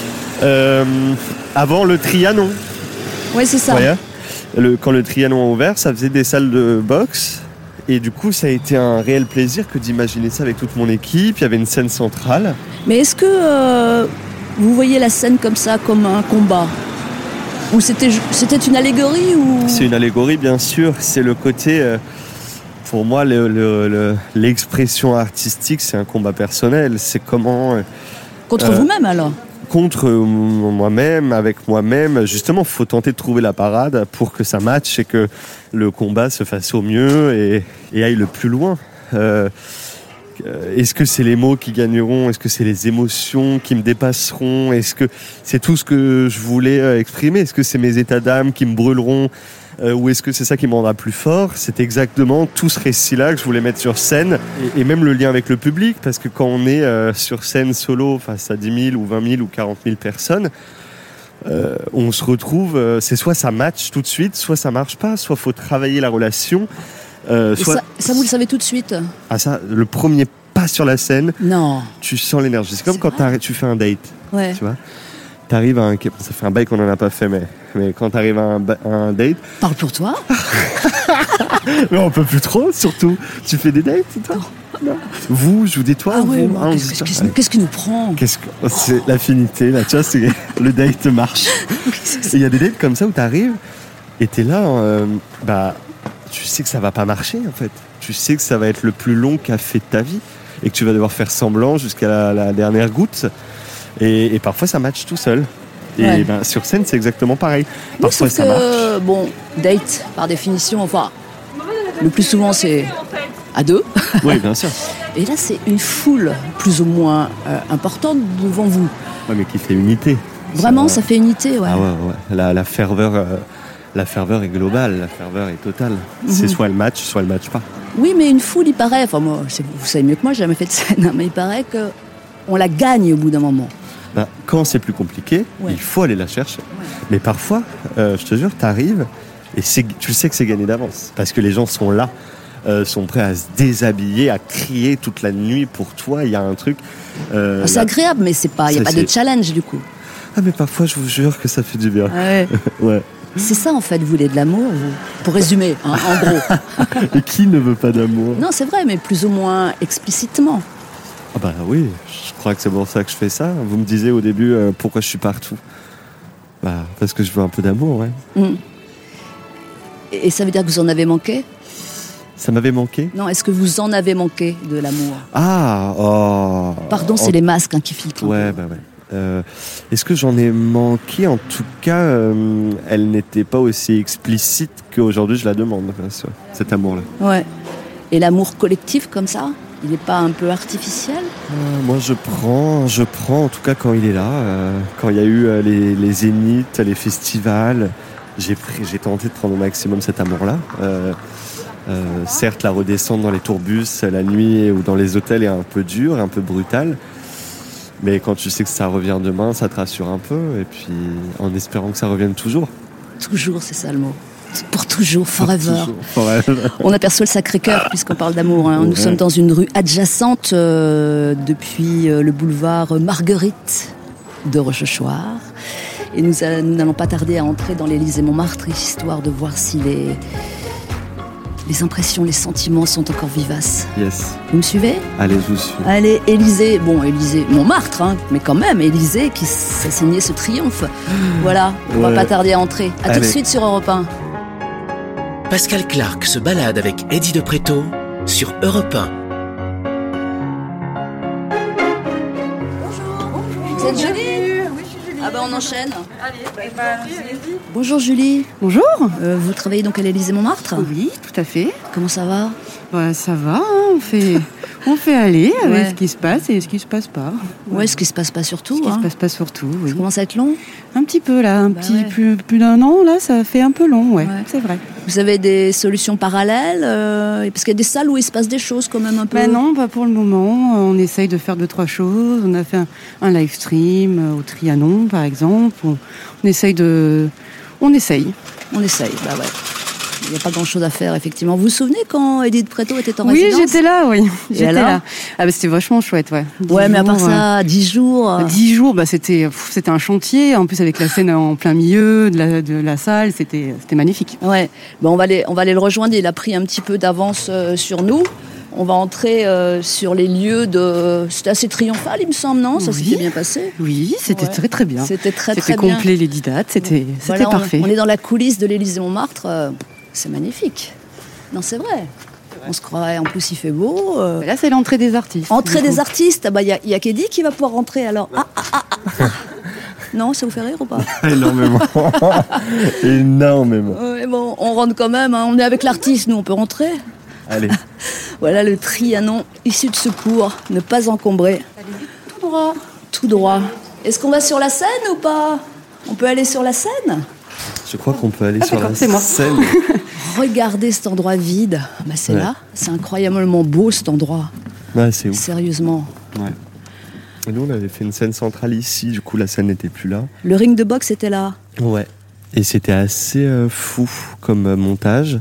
Euh, avant le Trianon, Ouais, c'est ça. vous voyez, le, quand le Trianon a ouvert, ça faisait des salles de boxe. Et du coup, ça a été un réel plaisir que d'imaginer ça avec toute mon équipe. Il y avait une scène centrale. Mais est-ce que euh, vous voyez la scène comme ça, comme un combat? Ou c'était c'était une allégorie ou... C'est une allégorie, bien sûr. C'est le côté... euh, pour moi, le- le- le- l'expression artistique, c'est un combat personnel. C'est comment... euh, Contre euh, vous-même alors? contre moi-même, avec moi-même. Justement, faut tenter de trouver la parade pour que ça matche et que le combat se fasse au mieux et, et aille le plus loin. Euh, est-ce que c'est les mots qui gagneront? Est-ce que c'est les émotions qui me dépasseront? Est-ce que c'est tout ce que je voulais euh, exprimer? Est-ce que c'est mes états d'âme qui me brûleront? Euh, ou est-ce que c'est ça qui me rendra plus fort? C'est exactement tout ce récit-là que je voulais mettre sur scène, et, et même le lien avec le public, parce que quand on est euh, sur scène solo face à dix mille ou vingt mille ou quarante mille personnes, euh, on se retrouve, euh, c'est soit ça match tout de suite, soit ça marche pas, soit faut travailler la relation. Euh, Et soit... ça, ça, vous le savez tout de suite? Ah ça, le premier pas sur la scène, Non. tu sens l'énergie. C'est comme C'est quand vrai t'arri- tu fais un date, Ouais. tu vois. T'arrives à un... Ça fait un bail qu'on en a pas fait, mais, mais quand t'arrives à un, ba- à un date, Parle pour toi. mais on peut plus trop, surtout. Tu fais des dates, toi? Non. Vous, je vous dis toi, Ah vous. ouais, Ah, on qu'est-ce dit qu'est-ce- ça. qu'est-ce- Allez. qu'est-ce qui nous prend? Qu'est-ce que oh, c'est l'affinité là, tu vois, c'est le date marche. Il y a des dates comme ça où t'arrives et t'es là, euh, bah, tu sais que ça va pas marcher en fait. Tu sais que ça va être le plus long café de ta vie et que tu vas devoir faire semblant jusqu'à la, la dernière goutte. Et, et parfois ça match tout seul. Et Ouais. ben, sur scène c'est exactement pareil. Oui, Parfois sauf ça marche. que, bon, date, par définition, enfin, le plus souvent c'est à deux. Oui, bien sûr. Et là, c'est une foule plus ou moins euh, importante devant vous. Ouais, mais qui fait unité. Vraiment, ça fait unité, ouais. Ah ouais, ouais. La, la ferveur, euh, la ferveur est globale, la ferveur est totale. Mhm. C'est soit elle match, soit elle match pas. Oui, mais une foule, il paraît, enfin moi, c'est- vous savez mieux que moi, j'ai jamais fait de scène, hein, mais il paraît que on la gagne au bout d'un moment. Ben, quand c'est plus compliqué, Ouais. il faut aller la chercher. Mais parfois, euh, je te jure, t'arrives et c'est, tu sais que c'est gagné d'avance. Parce que les gens sont là, euh, sont prêts à se déshabiller, à crier toute la nuit pour toi. Il y a un truc... euh, C'est là- agréable, mais c'est pas, il n'y a Ça, pas de c'est- challenge du coup. Ah mais parfois, je vous jure que ça fait du bien. Ouais. Ouais. C'est ça en fait, vous voulez de l'amour, vous Pour résumer, hein, en gros. Et qui ne veut pas d'amour? Non, c'est vrai, mais plus ou moins explicitement. Ah bah oui, je crois que c'est pour ça que je fais ça. Vous me disiez au début euh, pourquoi je suis partout. Bah parce que je veux un peu d'amour, ouais. Mm. Et et ça veut dire que vous en avez manqué? Ça m'avait manqué ? Non, est-ce que vous en avez manqué de l'amour ? Ah, oh. Pardon, c'est en... les masques hein, qui filtrent. Ouais, bah ouais. Euh, est-ce que j'en ai manqué ? En tout cas, euh, elle n'était pas aussi explicite qu'aujourd'hui je la demande, cet amour-là. Ouais. Et l'amour collectif comme ça ? Il n'est pas un peu artificiel ? euh, Moi, je prends, je prends en tout cas quand il est là, euh, quand il y a eu euh, les, les zéniths, les festivals, j'ai, pris, j'ai tenté de prendre au maximum cet amour-là. Euh, euh, certes, la redescente dans les tourbus la nuit ou dans les hôtels est un peu dure, un peu brutale, mais quand tu sais que ça revient demain, ça te rassure un peu, et puis en espérant que ça revienne toujours. Toujours, c'est ça le mot. Pour toujours, forever. Pour toujours, forever. On aperçoit le Sacré-Cœur puisqu'on parle d'amour. Hein. Nous ouais. sommes dans une rue adjacente euh, depuis euh, le boulevard Marguerite de Rochechouart. Et nous, a, nous n'allons pas tarder à entrer dans l'Élysée-Montmartre, histoire de voir si les, les impressions, les sentiments sont encore vivaces. Yes. Vous me suivez ? Allez, je vous suis. Allez, Élysée. Bon, Élysée, Montmartre, hein, mais quand même, Élysée qui s'est signé ce triomphe. Voilà, on ouais. va pas tarder à entrer. À Allez. Tout de suite sur Europe un. Pascal Clark se balade avec Eddie de Pretto sur Europe un. Bonjour. Bonjour. Vous êtes Julie ? Oui, je suis Julie. Ah ben on enchaîne. Allez, bah, allez-y. Bonjour Julie. Bonjour. Euh, vous travaillez donc à l'Élysée-Montmartre ? Oui, tout à fait. Comment ça va ? Bah, ça va, hein, on fait... On fait aller avec ouais. ce qui se passe et ce qui se passe pas. Ouais, ouais ce qui se passe pas surtout. Ce qui hein. se passe pas surtout, oui. Ça commence à être long ? Un petit peu là, un bah petit ouais. plus, plus d'un an là, ça fait un peu long, ouais, ouais. c'est vrai. Vous avez des solutions parallèles euh, parce qu'il y a des salles où il se passe des choses quand même un peu. Bah non, pas pour le moment. On essaye de faire deux trois choses. On a fait un, un live stream au Trianon par exemple. On, on essaye de, on essaye. On essaye, bah ouais. Il n'y a pas grand-chose à faire, effectivement. Vous vous souvenez quand Eddie de Pretto était en oui, résidence ? Oui, j'étais là, oui. Et j'étais alors là. Ah bah, c'était vachement chouette, ouais. Dix ouais, jours, mais à part ça, dix jours... Dix jours, bah, c'était, pff, c'était un chantier. En plus, avec la scène en plein milieu de la, de la salle, c'était, c'était magnifique. Ouais. Bah, on va aller, on va aller le rejoindre. Il a pris un petit peu d'avance euh, sur nous. On va entrer euh, sur les lieux de... C'était assez triomphal, il me semble, non ? Ça oui. s'était bien passé ? Oui, c'était ouais. très très bien. C'était très c'était très bien. C'était complet, les dix dates, c'était, voilà, c'était parfait. On, on est dans la coulisse de l'Élysée-Montmartre. Euh, c'est magnifique. Non, c'est vrai. c'est vrai. On se croirait, en plus il fait beau. Euh... Là, c'est l'entrée des artistes. Entrée des artistes, il bah, y a, y a qu'Eddie qui va pouvoir rentrer alors. Ah, ah, ah, ah. Non, ça vous fait rire ou pas ? Énormément. Énormément. Ouais, bon, on rentre quand même, hein. On est avec l'artiste, nous on peut rentrer. Allez. Voilà le Trianon, issu de secours, ne pas encombrer. Allez, tout droit. Tout droit. Est-ce qu'on va sur la scène ou pas ? On peut aller sur la scène ? Je crois qu'on peut aller ah, sur la c'est scène. Moi. Regardez cet endroit vide. Bah, c'est ouais. là. C'est incroyablement beau cet endroit. Ouais, c'est ouf. Sérieusement. Ouais. Et nous, on avait fait une scène centrale ici. Du coup, la scène n'était plus là. Le ring de boxe était là. Ouais. Et c'était assez euh, fou comme euh, montage.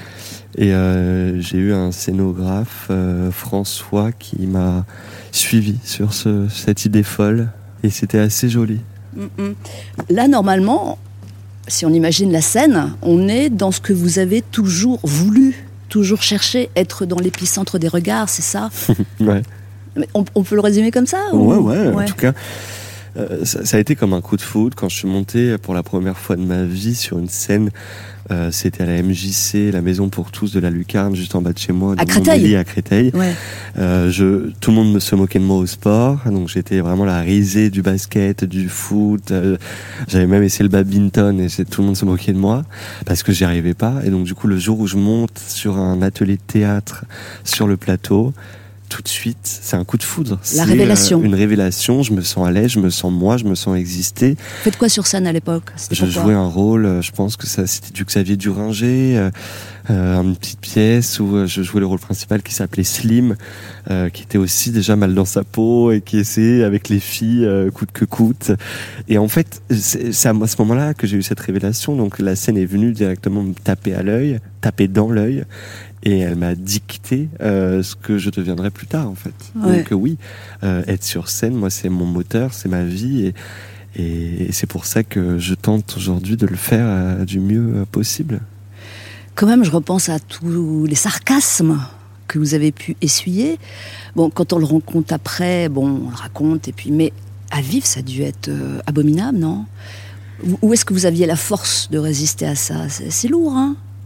Et euh, j'ai eu un scénographe, euh, François, qui m'a suivi sur ce, cette idée folle. Et c'était assez joli. Mm-mm. Là, normalement... Si on imagine la scène, on est dans ce que vous avez toujours voulu, toujours cherché, être dans l'épicentre des regards, c'est ça ? Ouais. Mais on, on peut le résumer comme ça ou... ouais, ouais, ouais, en tout cas, euh, ça, ça a été comme un coup de foudre quand je suis monté pour la première fois de ma vie sur une scène. Euh, c'était à la M J C, la Maison pour tous de la Lucarne, juste en bas de chez moi, à Créteil. à Créteil. Ouais. Euh, je, tout le monde me se moquait de moi au sport, donc j'étais vraiment la risée du basket, du foot. Euh, j'avais même essayé le badminton et tout le monde se moquait de moi parce que j'y arrivais pas. Et donc du coup, le jour où je monte sur un atelier de théâtre sur le plateau, tout de suite, c'est un coup de foudre. La c'est révélation. Euh, une révélation, je me sens à l'aise, je me sens moi, je me sens exister. Faites quoi sur scène à l'époque ? C'était Je jouais un rôle, je pense que ça, c'était du Xavier Duringer, euh, euh, une petite pièce où je jouais le rôle principal qui s'appelait Slim, euh, qui était aussi déjà mal dans sa peau et qui essayait avec les filles euh, coûte que coûte. Et en fait, c'est, c'est à ce moment-là que j'ai eu cette révélation. Donc la scène est venue directement me taper à l'œil, taper dans l'œil. Et elle m'a dicté euh, ce que je deviendrais plus tard, en fait. Ouais. Donc euh, oui, euh, être sur scène, moi, c'est mon moteur, c'est ma vie. Et, et c'est pour ça que je tente aujourd'hui de le faire euh, du mieux possible. Quand même, je repense à tous les sarcasmes que vous avez pu essuyer. Bon, quand on le rencontre après, bon, on le raconte, et puis, mais à vivre, ça a dû être euh, abominable, non ? Où est-ce que vous aviez la force de résister à ça ? C'est, c'est lourd, hein ?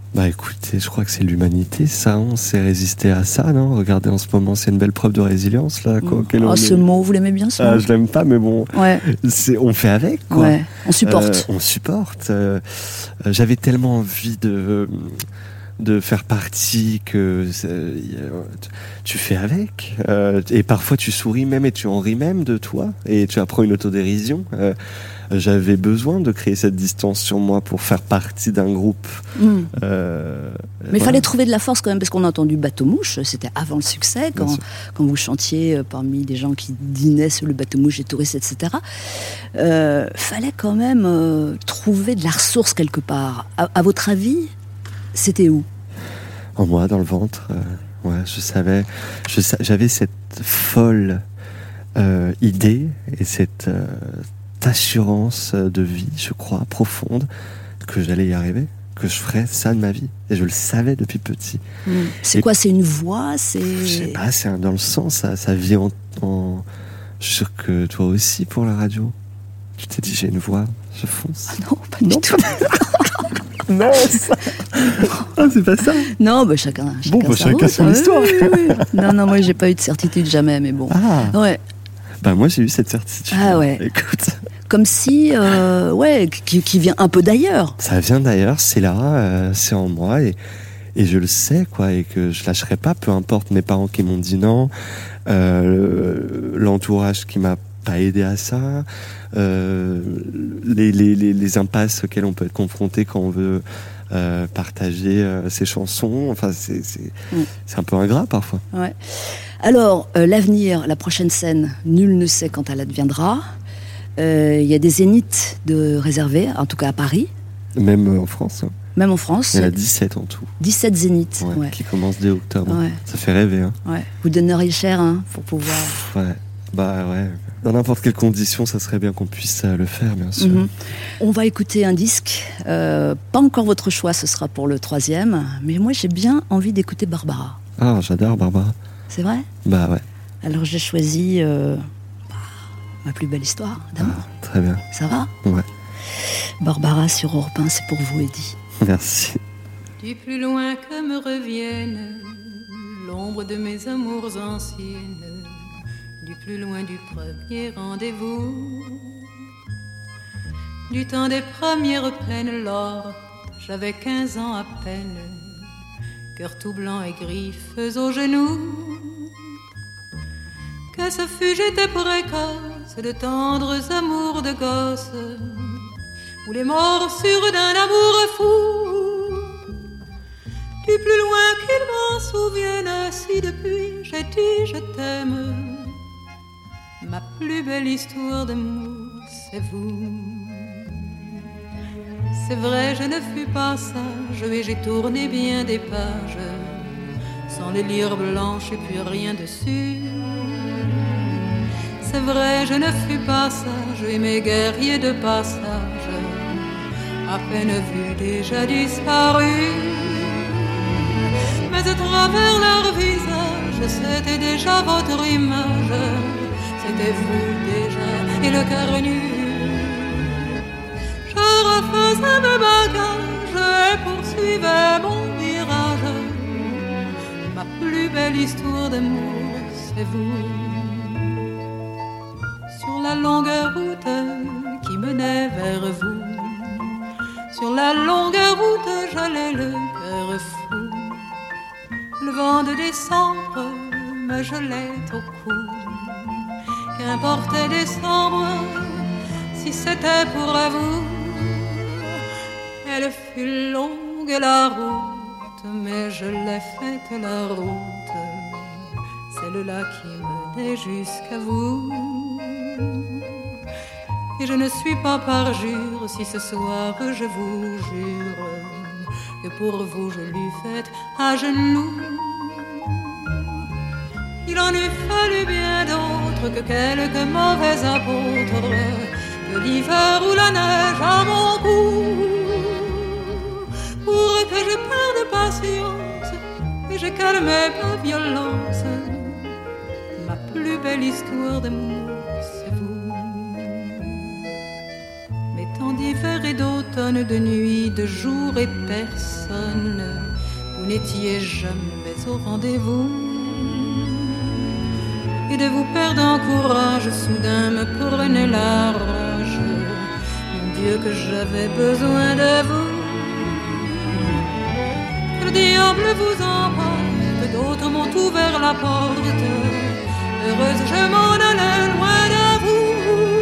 Bah écoutez, je crois que c'est l'humanité, ça, on s'est résisté à ça, non? Regardez, en ce moment, c'est une belle preuve de résilience, là. Quoi, mmh. Ah, ce est... mot, vous l'aimez bien, ce ah, mot? Je l'aime pas, mais bon, ouais. c'est, on fait avec, quoi. Ouais. On supporte. Euh, on supporte. Euh, j'avais tellement envie de, de faire partie que euh, tu fais avec. Euh, et parfois, tu souris même et tu en ris même de toi. Et tu apprends une autodérision. Euh, J'avais besoin de créer cette distance sur moi pour faire partie d'un groupe. Mmh. Euh, Mais il voilà. fallait trouver de la force quand même, parce qu'on a entendu Bateau-Mouche, c'était avant le succès, quand, quand vous chantiez parmi des gens qui dînaient sur le Bateau-Mouche, les touristes, et cetera. Euh, fallait quand même euh, trouver de la ressource quelque part. À, à votre avis, c'était où? En moi, dans le ventre. Euh, ouais, je savais. Je, j'avais cette folle euh, idée et cette... Euh, assurance de vie, je crois, profonde, que j'allais y arriver, que je ferais ça de ma vie. Et je le savais depuis petit. Mmh. C'est et quoi, c'est une voix, c'est... Je sais pas, c'est un, dans le sens, ça, ça vient en, en... Je suis sûr que toi aussi, pour la radio, tu t'es dit, j'ai une voix, je fonce. Ah non, pas non, du tout. Non, ça... ah, c'est pas ça. Non, bah chacun, chacun bon, bah, sa chacun route, son hein, histoire. Oui, oui, oui. Non, non, moi, j'ai pas eu de certitude jamais, mais bon. Ah. Ouais. Bah moi j'ai eu cette certitude. Ah ouais. Écoute. Comme si, euh, ouais, qui, qui vient un peu d'ailleurs. Ça vient d'ailleurs, c'est là, euh, c'est en moi et et je le sais quoi et que je lâcherai pas, peu importe mes parents qui m'ont dit non, euh, l'entourage qui m'a pas aidé à ça, euh, les, les les les impasses auxquelles on peut être confronté quand on veut euh, partager euh, ses chansons. Enfin c'est c'est mm. c'est un peu ingrat parfois. Ouais. Alors, euh, l'avenir, la prochaine scène, nul ne sait quand elle adviendra. Il euh, y a des zéniths de réservés, en tout cas à Paris. Même en France. Hein. Même en France. Il y en a dix-sept en tout. dix-sept zéniths. Ouais, ouais. Qui commencent dès octobre. Ouais. Ça fait rêver. Hein. Ouais. Vous donneriez cher hein, pour pouvoir... Pff, ouais. Bah ouais. Dans n'importe quelle condition, ça serait bien qu'on puisse le faire, bien sûr. Mm-hmm. On va écouter un disque. Euh, pas encore votre choix, ce sera pour le troisième. Mais moi, j'ai bien envie d'écouter Barbara. Ah, j'adore Barbara. C'est vrai? Bah ouais. Alors j'ai choisi euh, Ma plus belle histoire d'amour. Ah, très bien. Ça va? Ouais. Barbara sur Europe un, c'est pour vous, Eddie. Merci. Du plus loin que me revienne l'ombre de mes amours anciennes, du plus loin du premier rendez-vous, du temps des premières peines, lors j'avais quinze ans à peine, cœur tout blanc et griffes aux genoux. Que ce fut, j'étais précoce de tendres amours de gosse, ou les morsures d'un amour fou. Du plus loin qu'il m'en souvienne, si depuis j'ai dit je t'aime, ma plus belle histoire d'amour, c'est vous. C'est vrai, je ne fus pas sage et j'ai tourné bien des pages sans les lire blanches et puis rien dessus. C'est vrai, je ne fus pas sage et mes guerriers de passage à peine vus déjà disparus. Mais à travers leur visage, c'était déjà votre image, c'était vous déjà et le cœur nu. Je refaisais mes bagages et poursuivais mon virage. Ma plus belle histoire d'amour, c'est vous. Sur la longue route qui menait vers vous, sur la longue route j'allais le cœur fou. Le vent de décembre me gelait au cou. Qu'importait décembre si c'était pour vous. Elle fut longue la route, mais je l'ai faite la route, celle-là qui menait jusqu'à vous. Et je ne suis pas parjure si ce soir je vous jure que pour vous je l'eus faite à genoux. Il en eût fallu bien d'autres que quelques mauvais apôtres, que l'hiver ou la neige à mon cou, pour que je perde patience et je calmé ma violence. Ma plus belle histoire d'amour, c'est vous. Mais tant d'hiver et d'automne personne de nuit, de jour et personne. Vous n'étiez jamais au rendez-vous. Et de vous perdre en courage, soudain me prenait la rage. Mon Dieu, que j'avais besoin de vous. Que le diable vous emporte, d'autres m'ont ouvert la porte. Heureuse, je m'en allais loin de vous.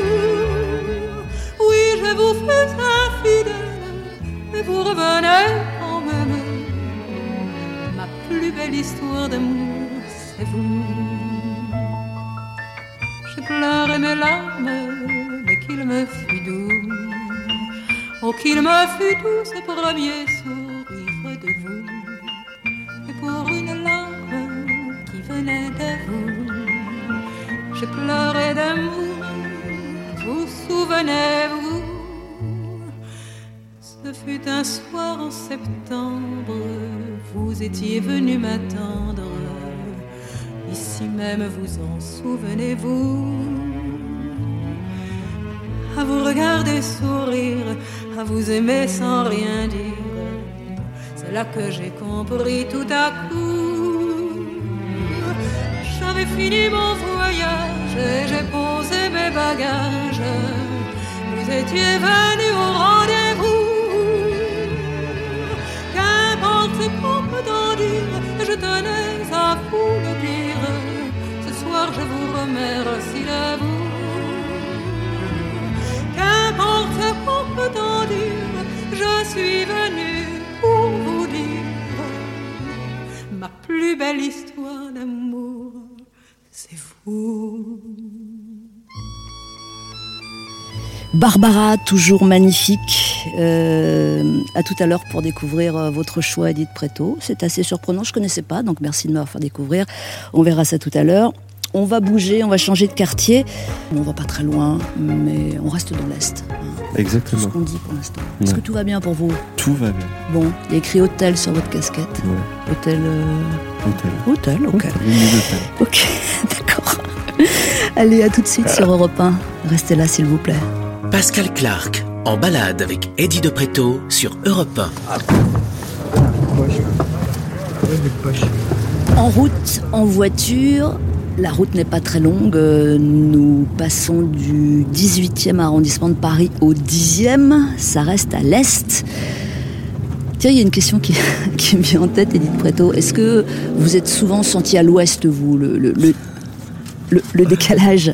Oui, je vous fus infidèle, mais vous revenez quand même. Ma plus belle histoire d'amour, c'est vous. J'ai pleuré mes larmes, mais qu'il me fut doux. Oh, qu'il me fut doux ce premier sourire de vous. Et pour une larme qui venait de vous, j'ai pleuré d'amour, vous souvenez-vous? Ce fut un soir en septembre, vous étiez venu m'attendre. Ici même, vous en souvenez-vous? À vous regarder sourire, à vous aimer sans rien dire, c'est là que j'ai compris tout à coup. J'avais fini mon voyage et j'ai posé mes bagages. Vous étiez venu au rendez-vous. Qu'importe ce qu'on peut en dire, je tenais à vous le dire. Ce soir je vous remercie de vous. Qu'importe ce qu'on peut en dire, je suis venue pour vous dire ma plus belle histoire d'amour, c'est vous. Barbara, toujours magnifique. Euh, à tout à l'heure pour découvrir euh, votre choix, Edith Pretto. C'est assez surprenant, je ne connaissais pas, donc merci de me faire découvrir. On verra ça tout à l'heure. On va bouger, on va changer de quartier. On va pas très loin, mais on reste dans l'Est. Hein. Exactement. C'est ce qu'on dit pour l'instant. Est-ce que tout va bien pour vous? Tout va bien. Bon, il y a écrit hôtel sur votre casquette. Ouais. Hôtel... Euh... Hôtel. Hôtel, ok. Hôtel, hôtel. Ok, d'accord. Allez, à tout de suite sur Europe un. Restez là, s'il vous plaît. Pascal Clark, en balade avec Eddie de Pretto sur Europe un. En route, en voiture, la route n'est pas très longue. Nous passons du dix-huitième arrondissement de Paris au dixième. Ça reste à l'est. Tiens, il y a une question qui, qui me vient en tête, Edith Pretto. Est-ce que vous êtes souvent senti à l'ouest, vous, le, le, le, le, le décalage?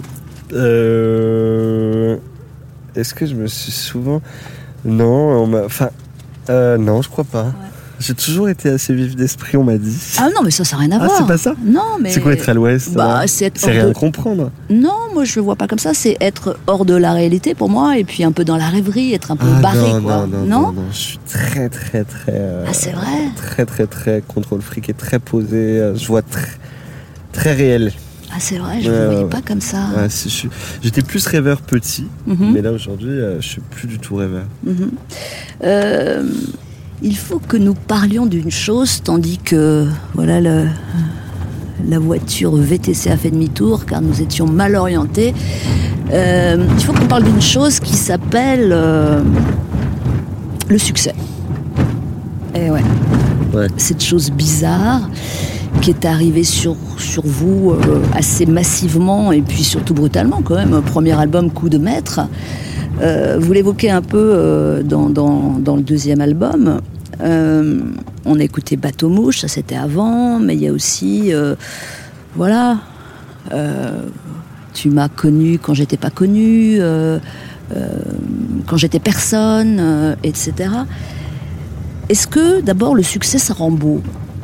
Euh... Est-ce que je me suis souvent... Non, on m'a... Enfin, euh, non, je crois pas. Ouais. J'ai toujours été assez vif d'esprit, on m'a dit. Ah non, mais ça, ça n'a rien à ah, voir. Ah, c'est pas ça? Non, mais... C'est quoi être à l'ouest? Bah, c'est être c'est rien de... comprendre. Non, moi, je le vois pas comme ça. C'est être hors de la réalité, pour moi, et puis un peu dans la rêverie, être un peu ah, barré, non, quoi. Non, non, non, non, je suis très, très, très... Euh, ah, c'est vrai? Très, très, très contrôle fric et très posé. Je vois très, très réel. Ah, c'est vrai, je ne ouais, voyais ouais. pas comme ça. Ouais, si, je suis... J'étais plus rêveur petit, mm-hmm. mais là aujourd'hui, euh, je suis plus du tout rêveur. Mm-hmm. Euh, il faut que nous parlions d'une chose, tandis que voilà, le, la voiture V T C a fait demi-tour, car nous étions mal orientés. Euh, il faut qu'on parle d'une chose qui s'appelle euh, le succès. Et ouais. ouais. Cette chose bizarre qui est arrivé sur, sur vous euh, assez massivement et puis surtout brutalement quand même. Premier album, coup de maître. Euh, vous l'évoquez un peu euh, dans, dans, dans le deuxième album. Euh, on a écouté Bateau Mouche, ça c'était avant, mais il y a aussi, euh, voilà, euh, tu m'as connu quand j'étais pas connu, euh, euh, quand j'étais personne, euh, et cetera. Est-ce que d'abord le succès ça rend beau?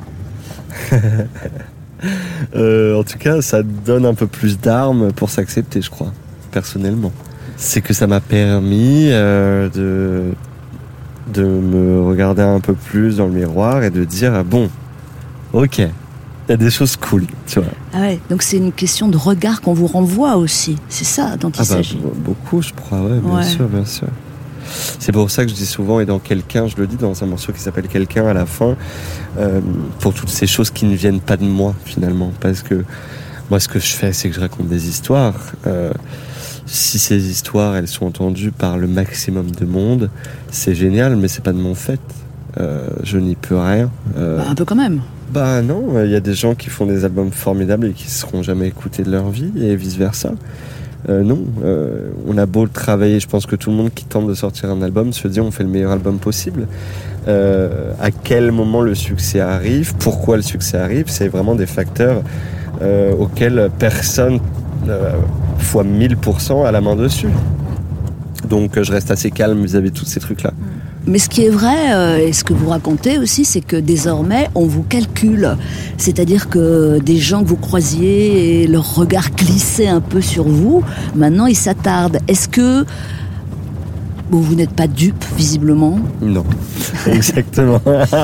euh, en tout cas, ça donne un peu plus d'armes pour s'accepter, je crois, personnellement. C'est que ça m'a permis euh, de, de me regarder un peu plus dans le miroir et de dire ah, bon, ok, il y a des choses cool, tu vois. Ah ouais, donc c'est une question de regard qu'on vous renvoie aussi, c'est ça dont il ah s'agit. Bah, beaucoup, je crois, ouais, bien ouais. sûr, bien sûr. C'est pour ça que je dis souvent, et dans Quelqu'un, je le dis dans un morceau qui s'appelle Quelqu'un à la fin, euh, pour toutes ces choses qui ne viennent pas de moi finalement, parce que moi ce que je fais c'est que je raconte des histoires, euh, si ces histoires, elles sont entendues par le maximum de monde, c'est génial, mais c'est pas de mon fait. Euh, je n'y peux rien. Euh, bah, un peu quand même. Bah non, il y a des gens qui font des albums formidables et qui seront jamais écoutés de leur vie, et vice versa. Euh, non, euh, on a beau le travailler, je pense que tout le monde qui tente de sortir un album se dit on fait le meilleur album possible. Euh, à quel moment le succès arrive, pourquoi le succès arrive, c'est vraiment des facteurs euh, auxquels personne, euh, fois mille pour cent, a la main dessus. Donc euh, je reste assez calme vis-à-vis de tous ces trucs-là. Mais ce qui est vrai, euh, et ce que vous racontez aussi, c'est que désormais, on vous calcule. C'est-à-dire que des gens que vous croisiez et leur regard glissait un peu sur vous, maintenant ils s'attardent. Est-ce que bon, vous n'êtes pas dupe, visiblement? Non, exactement.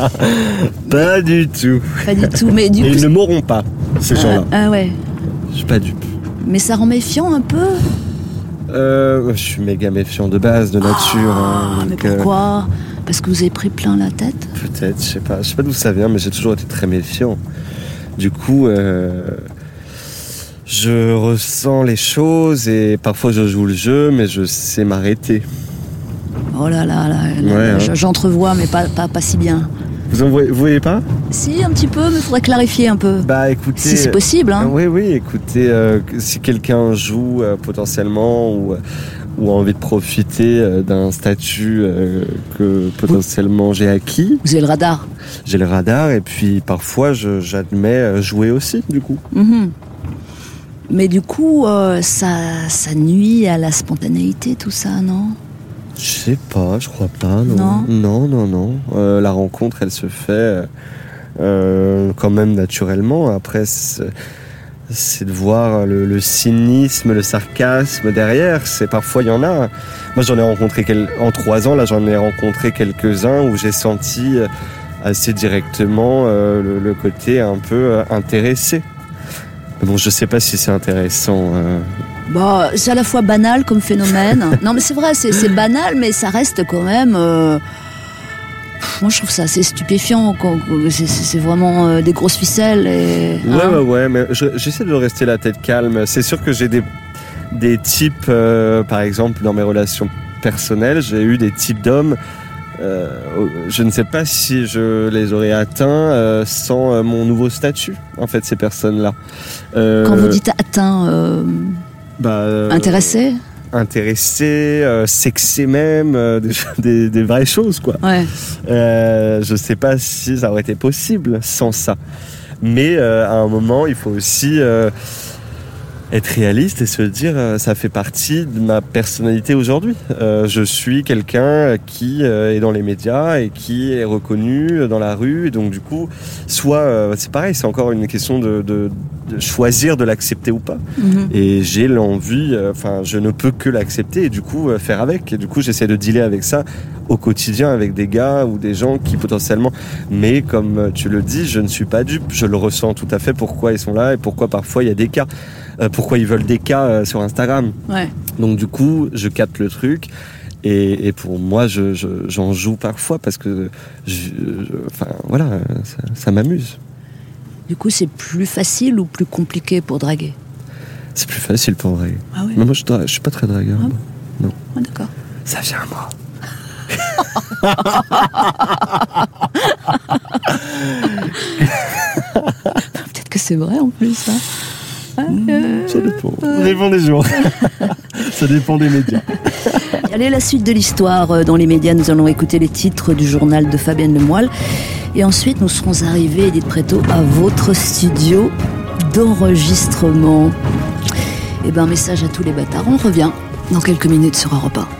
Pas du tout. Pas du tout, mais du et coup... ils ne m'auront pas, ces ah, gens-là. Ah ouais. Je suis pas dupe. Mais ça rend méfiant un peu? Euh, je suis méga méfiant de base, de nature. Ah, hein, mais donc, pourquoi? Parce que vous avez pris plein la tête? Peut-être, je sais pas. Je sais pas d'où ça vient, mais j'ai toujours été très méfiant. Du coup, euh, je ressens les choses et parfois je joue le jeu, mais je sais m'arrêter. Oh là là, là, là ouais, hein. J'entrevois, mais pas, pas, pas si bien. Vous en voyez, vous voyez pas? Si, un petit peu, mais il faudrait clarifier un peu. Bah écoutez... Si c'est possible, hein. Oui, oui, écoutez, euh, si quelqu'un joue euh, potentiellement ou, ou a envie de profiter euh, d'un statut euh, que potentiellement j'ai acquis... Vous avez le radar. J'ai le radar et puis parfois je, j'admets jouer aussi, du coup. Mm-hmm. Mais du coup, euh, ça, ça nuit à la spontanéité, tout ça, non? Je sais pas, je crois pas, non. Non, non, non. non. Euh, la rencontre, elle se fait euh, quand même naturellement. Après, c'est, c'est de voir le, le cynisme, le sarcasme derrière. C'est parfois, il y en a. Moi, j'en ai rencontré quel... en trois ans, là, j'en ai rencontré quelques-uns où j'ai senti assez directement euh, le, le côté un peu euh, intéressé. Mais bon, je sais pas si c'est intéressant. Euh... Bah, c'est à la fois banal comme phénomène. Non, mais c'est vrai, c'est, c'est banal, mais ça reste quand même... Euh... Moi, je trouve ça assez stupéfiant. Quand... C'est, c'est vraiment euh, des grosses ficelles. Et... Ouais, hein ouais, ouais, mais je, j'essaie de rester la tête calme. C'est sûr que j'ai des, des types, euh, par exemple, dans mes relations personnelles, j'ai eu des types d'hommes. Euh, je ne sais pas si je les aurais atteints euh, sans euh, mon nouveau statut, en fait, ces personnes-là. Euh... Quand vous dites atteint... Euh... Bah, euh, intéressé, intéressé, euh, sexé même, euh, des, des, des vraies choses quoi. Ouais. Euh, je sais pas si ça aurait été possible sans ça, mais euh, à un moment il faut aussi euh, être réaliste et se dire euh, ça fait partie de ma personnalité aujourd'hui. Euh, je suis quelqu'un qui euh, est dans les médias et qui est reconnu dans la rue et donc du coup soit euh, c'est pareil, c'est encore une question de, de, de choisir de l'accepter ou pas. Mm-hmm. Et j'ai l'envie, enfin euh, je ne peux que l'accepter et du coup euh, faire avec. Et du coup j'essaie de dealer avec ça au quotidien avec des gars ou des gens qui potentiellement, mais comme tu le dis, je ne suis pas dupe, je le ressens tout à fait pourquoi ils sont là et pourquoi parfois il y a des cas. Euh, pourquoi ils veulent des cas euh, sur Instagram. Ouais. Donc du coup, je capte le truc et, et pour moi, je, je, j'en joue parfois parce que, je, je, enfin voilà, ça, ça m'amuse. Du coup, c'est plus facile ou plus compliqué pour draguer? C'est plus facile pour draguer. Ah oui. Mais moi, je, dra- je suis pas très dragueur. Ah, non. Ah, d'accord. Ça vient à moi. Peut-être que c'est vrai en plus. Hein. Mmh, ça dépend. Ça dépend des jours. Ça dépend des médias. Allez, la suite de l'histoire. Dans les médias, nous allons écouter les titres du journal de Fabienne Lemoyle. Et ensuite, nous serons arrivés, Edith Preto, à votre studio d'enregistrement. Et ben, message à tous les bâtards. On revient dans quelques minutes sur Europe un.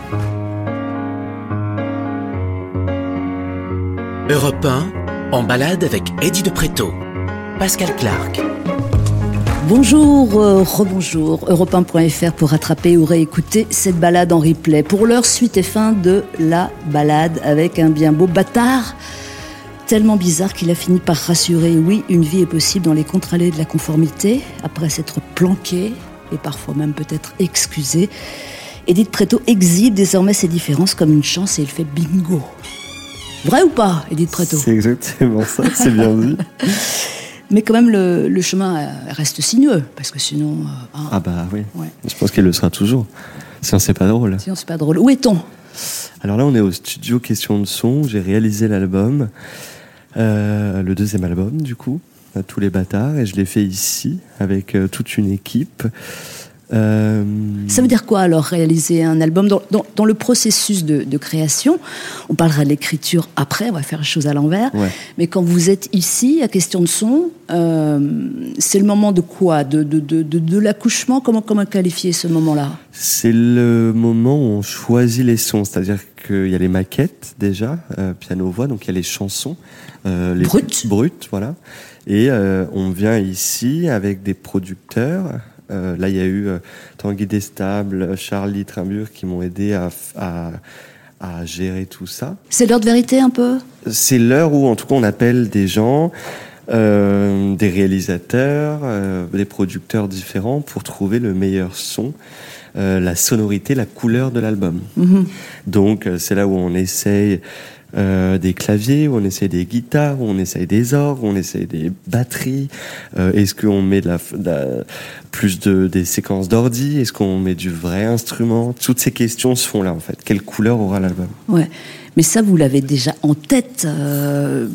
Europe un, en balade avec Edith de Preto. Pascal Clark. Bonjour, euh, rebonjour, europe un point f r pour rattraper ou réécouter cette balade en replay. Pour l'heure, suite et fin de la balade avec un bien beau bâtard, tellement bizarre qu'il a fini par rassurer. Oui, une vie est possible dans les contre-allées de la conformité, après s'être planqué et parfois même peut-être excusé. Edith Preto exhibe désormais ses différences comme une chance et il fait bingo. Vrai ou pas, Edith Preto? C'est exactement ça, c'est bien dit. Mais quand même, le, le chemin reste sinueux, parce que sinon... Euh, ah, ah bah oui, ouais. Je pense qu'il le sera toujours. Sinon, c'est pas drôle. Sinon, c'est pas drôle. Où est-on ? Alors là, on est au studio Question de Son. J'ai réalisé l'album, euh, le deuxième album, du coup, à Tous les bâtards, et je l'ai fait ici, avec euh, toute une équipe. Euh... Ça veut dire quoi alors réaliser un album dans, dans, dans le processus de, de création? On parlera de l'écriture après, on va faire les choses à l'envers. Ouais. Mais quand vous êtes ici à Question de Son, euh, c'est le moment de quoi? De, de, de, de, de l'accouchement? Comment, comment qualifier ce moment-là? C'est le moment où on choisit les sons, c'est-à-dire qu'il y a les maquettes déjà, euh, piano-voix, donc il y a les chansons. Euh, les brutes. Brutes, voilà. Et euh, on vient ici avec des producteurs. Euh, là, il y a eu euh, Tanguy Destable, Charlie Trimbure qui m'ont aidé à, à, à gérer tout ça. C'est l'heure de vérité un peu? C'est l'heure où, en tout cas, on appelle des gens, euh, des réalisateurs, euh, des producteurs différents pour trouver le meilleur son, euh, la sonorité, la couleur de l'album. Mm-hmm. Donc, c'est là où on essaye Euh, des claviers, où on essaye des guitares, où on essaye des orgues, où on essaye des batteries. Euh, est-ce qu'on met de la, de la, plus de, des séquences d'ordi? Est-ce qu'on met du vrai instrument? Toutes ces questions se font là, en fait. Quelle couleur aura l'album? Ouais. Mais ça, vous l'avez déjà en tête, euh,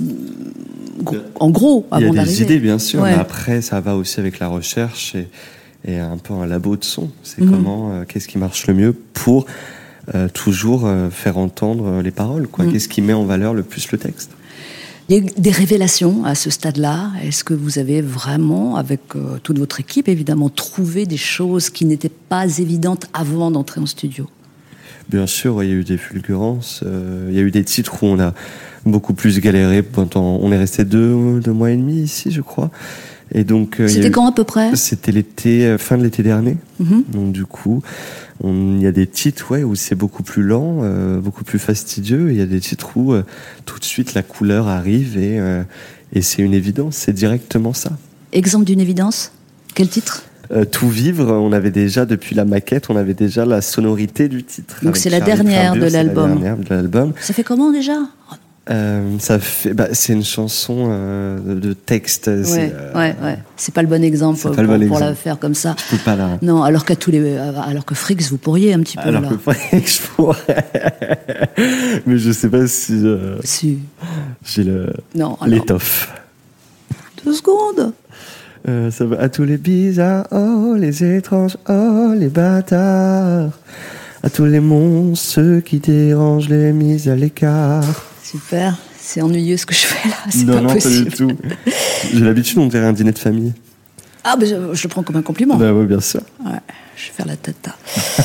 en gros, avant d'arriver. Il y a des idées, bien sûr, ouais. Mais après, ça va aussi avec la recherche et, et un peu un labo de son. C'est mmh. comment, euh, qu'est-ce qui marche le mieux pour Euh, toujours euh, faire entendre les paroles, quoi. Mmh. Qu'est-ce qui met en valeur le plus le texte? Il y a des révélations à ce stade-là. Est-ce que vous avez vraiment, avec euh, toute votre équipe, évidemment, trouvé des choses qui n'étaient pas évidentes avant d'entrer en studio? Bien sûr, il y a eu des fulgurances. Euh, il y a eu des titres où on a beaucoup plus galéré. Pendant, on est resté deux, deux mois et demi ici, je crois. Et donc, euh, c'était eu, quand à peu près? C'était l'été, fin de l'été dernier. Mmh. Donc du coup, il y a des titres ouais, où c'est beaucoup plus lent, euh, beaucoup plus fastidieux. Il y a des titres où euh, tout de suite la couleur arrive et, euh, et c'est une évidence, c'est directement ça. Exemple d'une évidence? Quel titre? euh, Tout vivre, on avait déjà, depuis la maquette, on avait déjà la sonorité du titre. Donc c'est la dernière de l'album. C'est la dernière de l'album. Ça fait comment déjà? Euh, ça fait, bah, c'est une chanson euh, de texte. Ouais, c'est, euh, ouais, ouais. C'est pas le bon exemple pour, le bon pour exemple. la faire comme ça. Je peux pas la... Non, alors qu'à tous les, alors que Frix, vous pourriez un petit peu. Alors là. que Frix, je pourrais. Mais je sais pas si, euh, si. j'ai le non, alors... l'étoffe. Deux secondes. Euh, ça va à tous les bizarres, oh les étranges, oh les bâtards, à tous les monstres, ceux qui dérangent les mises à l'écart. Super, c'est ennuyeux ce que je fais là, c'est non, pas non, possible. pas du tout. J'ai l'habitude, on dirait un dîner de famille. Ah, ben je, je le prends comme un compliment. Bah oui, bien sûr. Ouais, je vais faire la tata.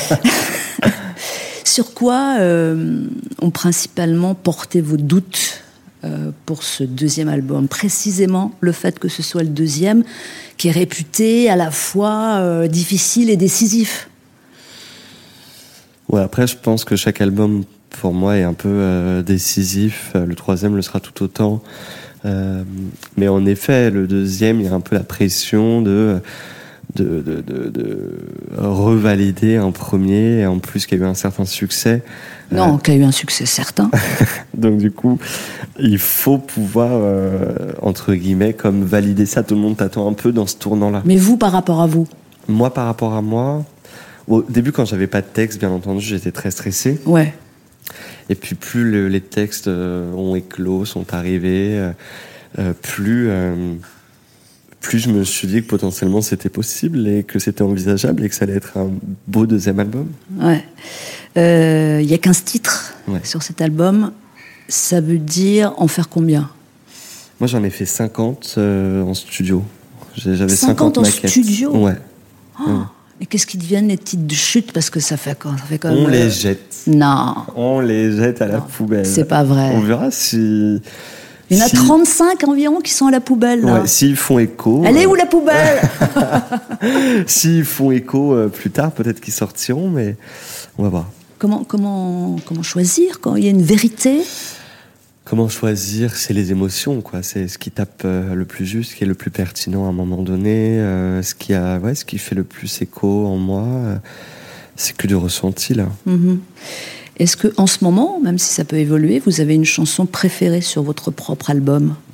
Sur quoi euh, ont principalement porté vos doutes euh, pour ce deuxième album? Précisément le fait que ce soit le deuxième, qui est réputé à la fois euh, difficile et décisif. Ouais, après, je pense que chaque album, pour moi, est un peu euh, décisif. Le troisième le sera tout autant. Euh, mais en effet, le deuxième, il y a un peu la pression de, de, de, de, de revalider un premier, et en plus qu'il y a eu un certain succès. Non, euh, qu'il y a eu un succès certain. Donc du coup, il faut pouvoir, euh, entre guillemets, comme valider ça. Tout le monde t'attend un peu dans ce tournant-là. Mais vous, par rapport à vous? Moi, par rapport à moi, au début, quand j'avais pas de texte, bien entendu, j'étais très stressé. Ouais. Et puis plus le, les textes euh, ont éclos, sont arrivés, euh, euh, plus, euh, plus je me suis dit que potentiellement c'était possible et que c'était envisageable et que ça allait être un beau deuxième album. Ouais. Il euh, y a quinze titres ouais. sur cet album. Ça veut dire en faire combien? Moi j'en ai fait cinquante euh, en studio. J'avais cinquante, cinquante en maquettes. studio? Ouais. Oh. ouais. Et qu'est-ce qui deviennent les titres de chute? Parce que ça fait, ça fait quand même... On euh... les jette. Non. On les jette à la non, poubelle. C'est pas vrai. On verra si... Il y en a si... trente-cinq environ qui sont à la poubelle. Là. Ouais, s'ils font écho... Elle est où la poubelle? S'ils font écho euh, plus tard, peut-être qu'ils sortiront, mais on va voir. Comment, comment, comment choisir quand il y a une vérité? Comment choisir? C'est les émotions, quoi. C'est ce qui tape euh, le plus juste, ce qui est le plus pertinent à un moment donné, euh, ce qui a, ouais, ce qui fait le plus écho en moi. Euh, c'est que du ressenti, là. Mm-hmm. Est-ce que, en ce moment, même si ça peut évoluer, vous avez une chanson préférée sur votre propre album?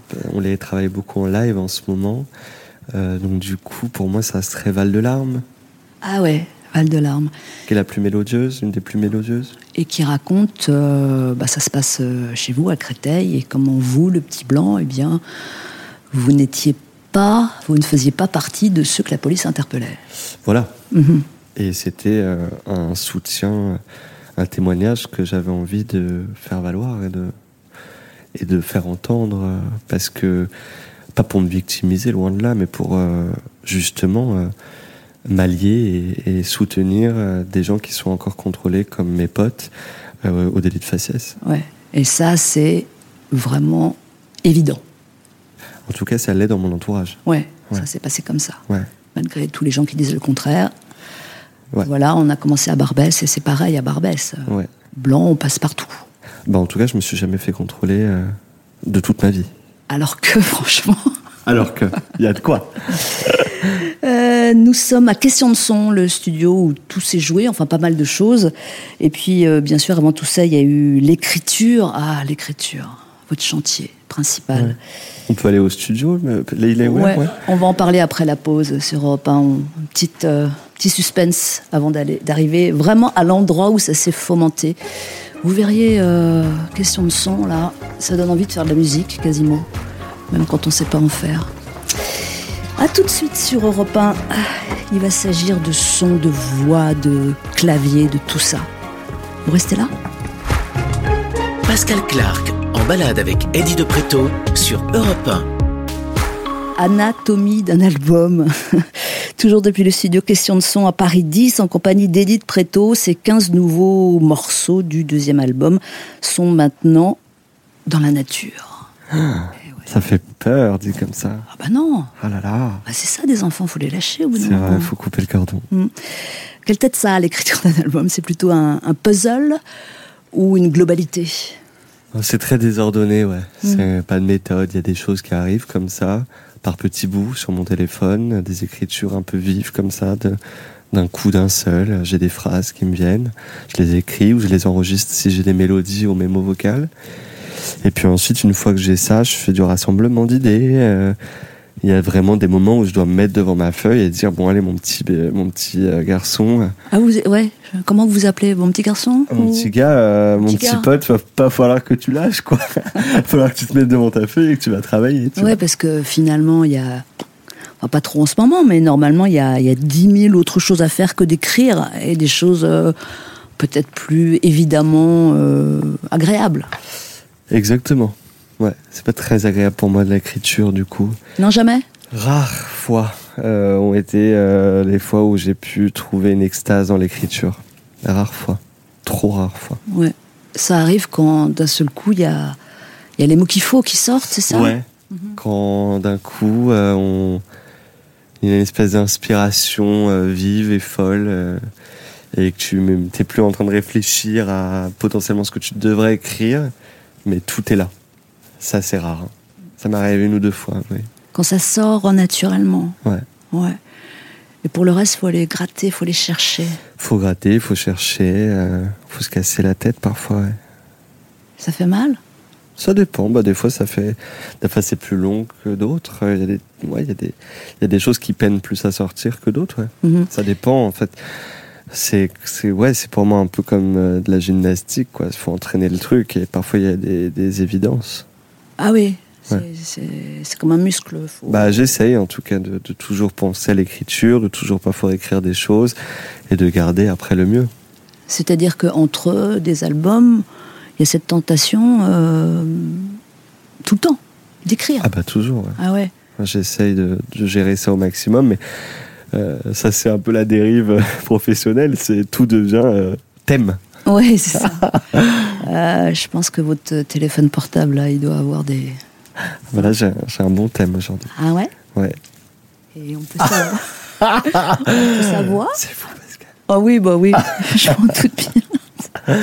on les travaille beaucoup en live en ce moment. Euh, donc du coup, pour moi, ça serait Val de Larmes. Ah ouais, Val de Larmes. Qui est la plus mélodieuse, une des plus mélodieuses. Et qui raconte, euh, bah, ça se passe chez vous à Créteil, et comment vous, le petit blanc, eh bien, vous n'étiez pas, vous ne faisiez pas partie de ceux que la police interpellait. Voilà. Mm-hmm. Et c'était euh, un soutien, un témoignage que j'avais envie de faire valoir et de, et de faire entendre, euh, parce que, pas pour me victimiser, loin de là, mais pour euh, justement euh, m'allier et, et soutenir euh, des gens qui sont encore contrôlés, comme mes potes, euh, au délit de faciès. Ouais. Et ça, c'est vraiment évident. En tout cas, ça l'est dans mon entourage. Ouais, ouais. Ça s'est passé comme ça. Ouais. Malgré tous les gens qui disaient le contraire. Ouais. Voilà, on a commencé à Barbès, et c'est pareil à Barbès. Ouais. Blanc, on passe partout. Bah, en tout cas, je me suis jamais fait contrôler euh, de toute ma vie. Alors que, franchement... Alors que, il y a de quoi. euh, Nous sommes à Question de Son, le studio où tout s'est joué, enfin pas mal de choses. Et puis, euh, bien sûr, avant tout ça, il y a eu l'écriture. Ah, l'écriture, votre chantier principal. Ouais. On peut aller au studio, mais il est ouais, ouais. On va en parler après la pause sur Europe un. Un petit, euh, petit suspense avant d'aller, d'arriver vraiment à l'endroit où ça s'est fomenté. Vous verriez, euh, Question de Son, là, ça donne envie de faire de la musique, quasiment. Même quand on ne sait pas en faire. A tout de suite sur Europe un. Il va s'agir de sons, de voix, de clavier, de tout ça. Vous restez là ? Pascal Clark, en balade avec Eddie de Pretto sur Europe un. Anatomie d'un album. Toujours depuis le studio Question de Son à Paris dix, en compagnie d'Eddie de Pretto. Ces quinze nouveaux morceaux du deuxième album sont maintenant dans la nature. Ah, ça fait peur, dit comme ça. Ah bah non. Ah là là. Bah c'est ça, des enfants, faut les lâcher au bout d'un C'est moment. vrai, faut couper le cordon. Mmh. Quelle tête ça a, l'écriture d'un album ? C'est plutôt un, un puzzle ou une globalité ? C'est très désordonné, ouais. Mmh. C'est pas de méthode, il y a des choses qui arrivent comme ça, par petits bouts sur mon téléphone, des écritures un peu vives comme ça, de, d'un coup d'un seul. J'ai des phrases qui me viennent, je les écris ou je les enregistre si j'ai des mélodies ou mémo vocales. Et puis ensuite, une fois que j'ai ça, je fais du rassemblement d'idées. Euh, il y a vraiment des moments où je dois me mettre devant ma feuille et dire, bon allez mon petit, mon petit euh, garçon. Ah vous, ouais. Comment vous vous appelez, mon petit garçon ? Mon ou... petit gars, euh, mon petit, petit gars. pote, va pas falloir que tu lâches, quoi. Va falloir que tu te mettes devant ta feuille et que tu vas travailler. Tu ouais, vois. parce que finalement, il y a, enfin pas trop en ce moment, mais normalement, il y a, il y a dix mille autres choses à faire que d'écrire, et des choses euh, peut-être plus évidemment euh, agréables. Exactement. Ouais, c'est pas très agréable pour moi de l'écriture, du coup. Non, jamais ? Rares fois euh, ont été euh, les fois où j'ai pu trouver une extase dans l'écriture. Rares fois. Trop rares fois. Ouais. Ça arrive quand d'un seul coup, il y a, il y a les mots qu'il faut qui sortent, c'est ça ? Ouais. Mm-hmm. Quand d'un coup, euh, on... il y a une espèce d'inspiration euh, vive et folle, euh, et que tu n'es plus en train de réfléchir à potentiellement ce que tu devrais écrire, mais tout est là. Ça, c'est rare. Hein. Ça m'est arrivé une ou deux fois, oui. Quand ça sort naturellement. Ouais. Ouais. Et pour le reste, il faut aller gratter, il faut les chercher. Faut gratter, faut chercher, euh, faut se casser la tête parfois, ouais. Ça fait mal ? Ça dépend, bah, des fois ça fait, des fois c'est plus long que d'autres. Il y a des, ouais, il y a des, il y a des choses qui peinent plus à sortir que d'autres, ouais. Mm-hmm. Ça dépend, en fait. C'est, c'est, ouais, c'est pour moi un peu comme euh, de la gymnastique, quoi. Il faut entraîner le truc et parfois il y a des, des évidences. Ah oui, c'est, Ouais. c'est, c'est comme un muscle. Faut... Bah, j'essaye en tout cas de, de toujours penser à l'écriture, de toujours parfois écrire des choses et de garder après le mieux. C'est-à-dire qu'entre des albums, il y a cette tentation euh, tout le temps d'écrire. Ah bah toujours, ouais. Ah ouais. J'essaye de, de gérer ça au maximum, mais euh, ça c'est un peu la dérive professionnelle, c'est tout devient euh, thème. Ouais, c'est ça. euh, je pense que votre téléphone portable, là, il doit avoir des... Voilà, j'ai, j'ai un bon thème aujourd'hui. Ah ouais ? Ouais. Et on peut savoir. on peut savoir. C'est fou, Pascal. Ah oui, bah oui, je m'en doute bien.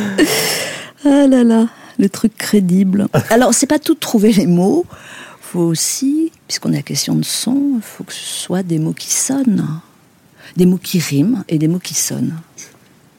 Ah là là, le truc crédible. Alors, c'est pas tout de trouver les mots. Faut aussi, puisqu'on est à question de son, il faut que ce soit des mots qui sonnent. Des mots qui riment et des mots qui sonnent. Vrai ?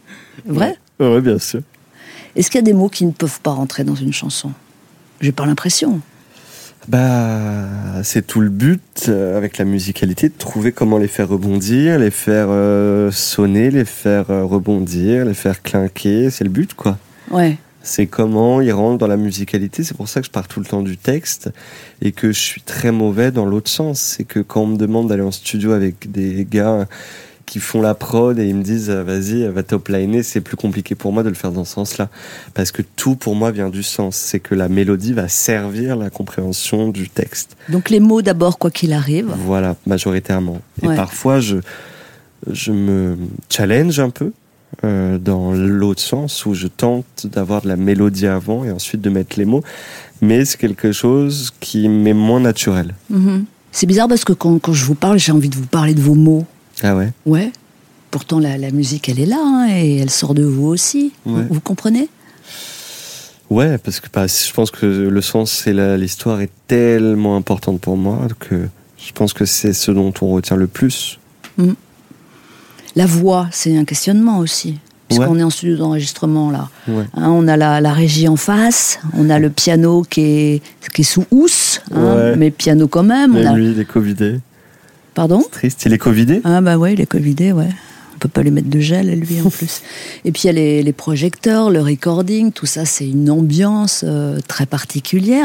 Oui, bien sûr. Est-ce qu'il y a des mots qui ne peuvent pas rentrer dans une chanson ? J'ai pas l'impression. Bah, c'est tout le but euh, avec la musicalité, de trouver comment les faire rebondir, les faire euh, sonner, les faire euh, rebondir, les faire clinquer. C'est le but, quoi. Ouais. C'est comment ils rentrent dans la musicalité. C'est pour ça que je pars tout le temps du texte et que je suis très mauvais dans l'autre sens. C'est que quand on me demande d'aller en studio avec des gars qui font la prod et ils me disent vas-y, va top-liner, c'est plus compliqué pour moi de le faire dans ce sens-là. Parce que tout pour moi vient du sens. C'est que la mélodie va servir la compréhension du texte. Donc les mots d'abord, quoi qu'il arrive. Voilà, majoritairement. Et Ouais. parfois, je, je me challenge un peu. Euh, dans l'autre sens où je tente d'avoir de la mélodie avant et ensuite de mettre les mots, mais c'est quelque chose qui m'est moins naturel. Mhm. C'est bizarre parce que quand, quand je vous parle, j'ai envie de vous parler de vos mots. Ah ouais. Ouais. Pourtant la, la musique elle est là hein, et elle sort de vous aussi. Ouais. Vous, vous comprenez? Ouais, parce que bah, je pense que le sens et la, l'histoire est tellement importante pour moi que je pense que c'est ce dont on retient le plus. Mhm. La voix, c'est un questionnement aussi. Puisqu'on Ouais. est en studio d'enregistrement là. Ouais. Hein, on a la, la régie en face, on a le piano qui est, qui est sous housse, hein, Ouais. mais piano quand même. On Même a... lui, il est covidé. Pardon? C'est triste, il est covidé. Ah bah ouais, il est covidé, ouais. On peut pas lui mettre de gel, lui, en plus. Et puis il y a les, les projecteurs, le recording, tout ça, c'est une ambiance euh, très particulière.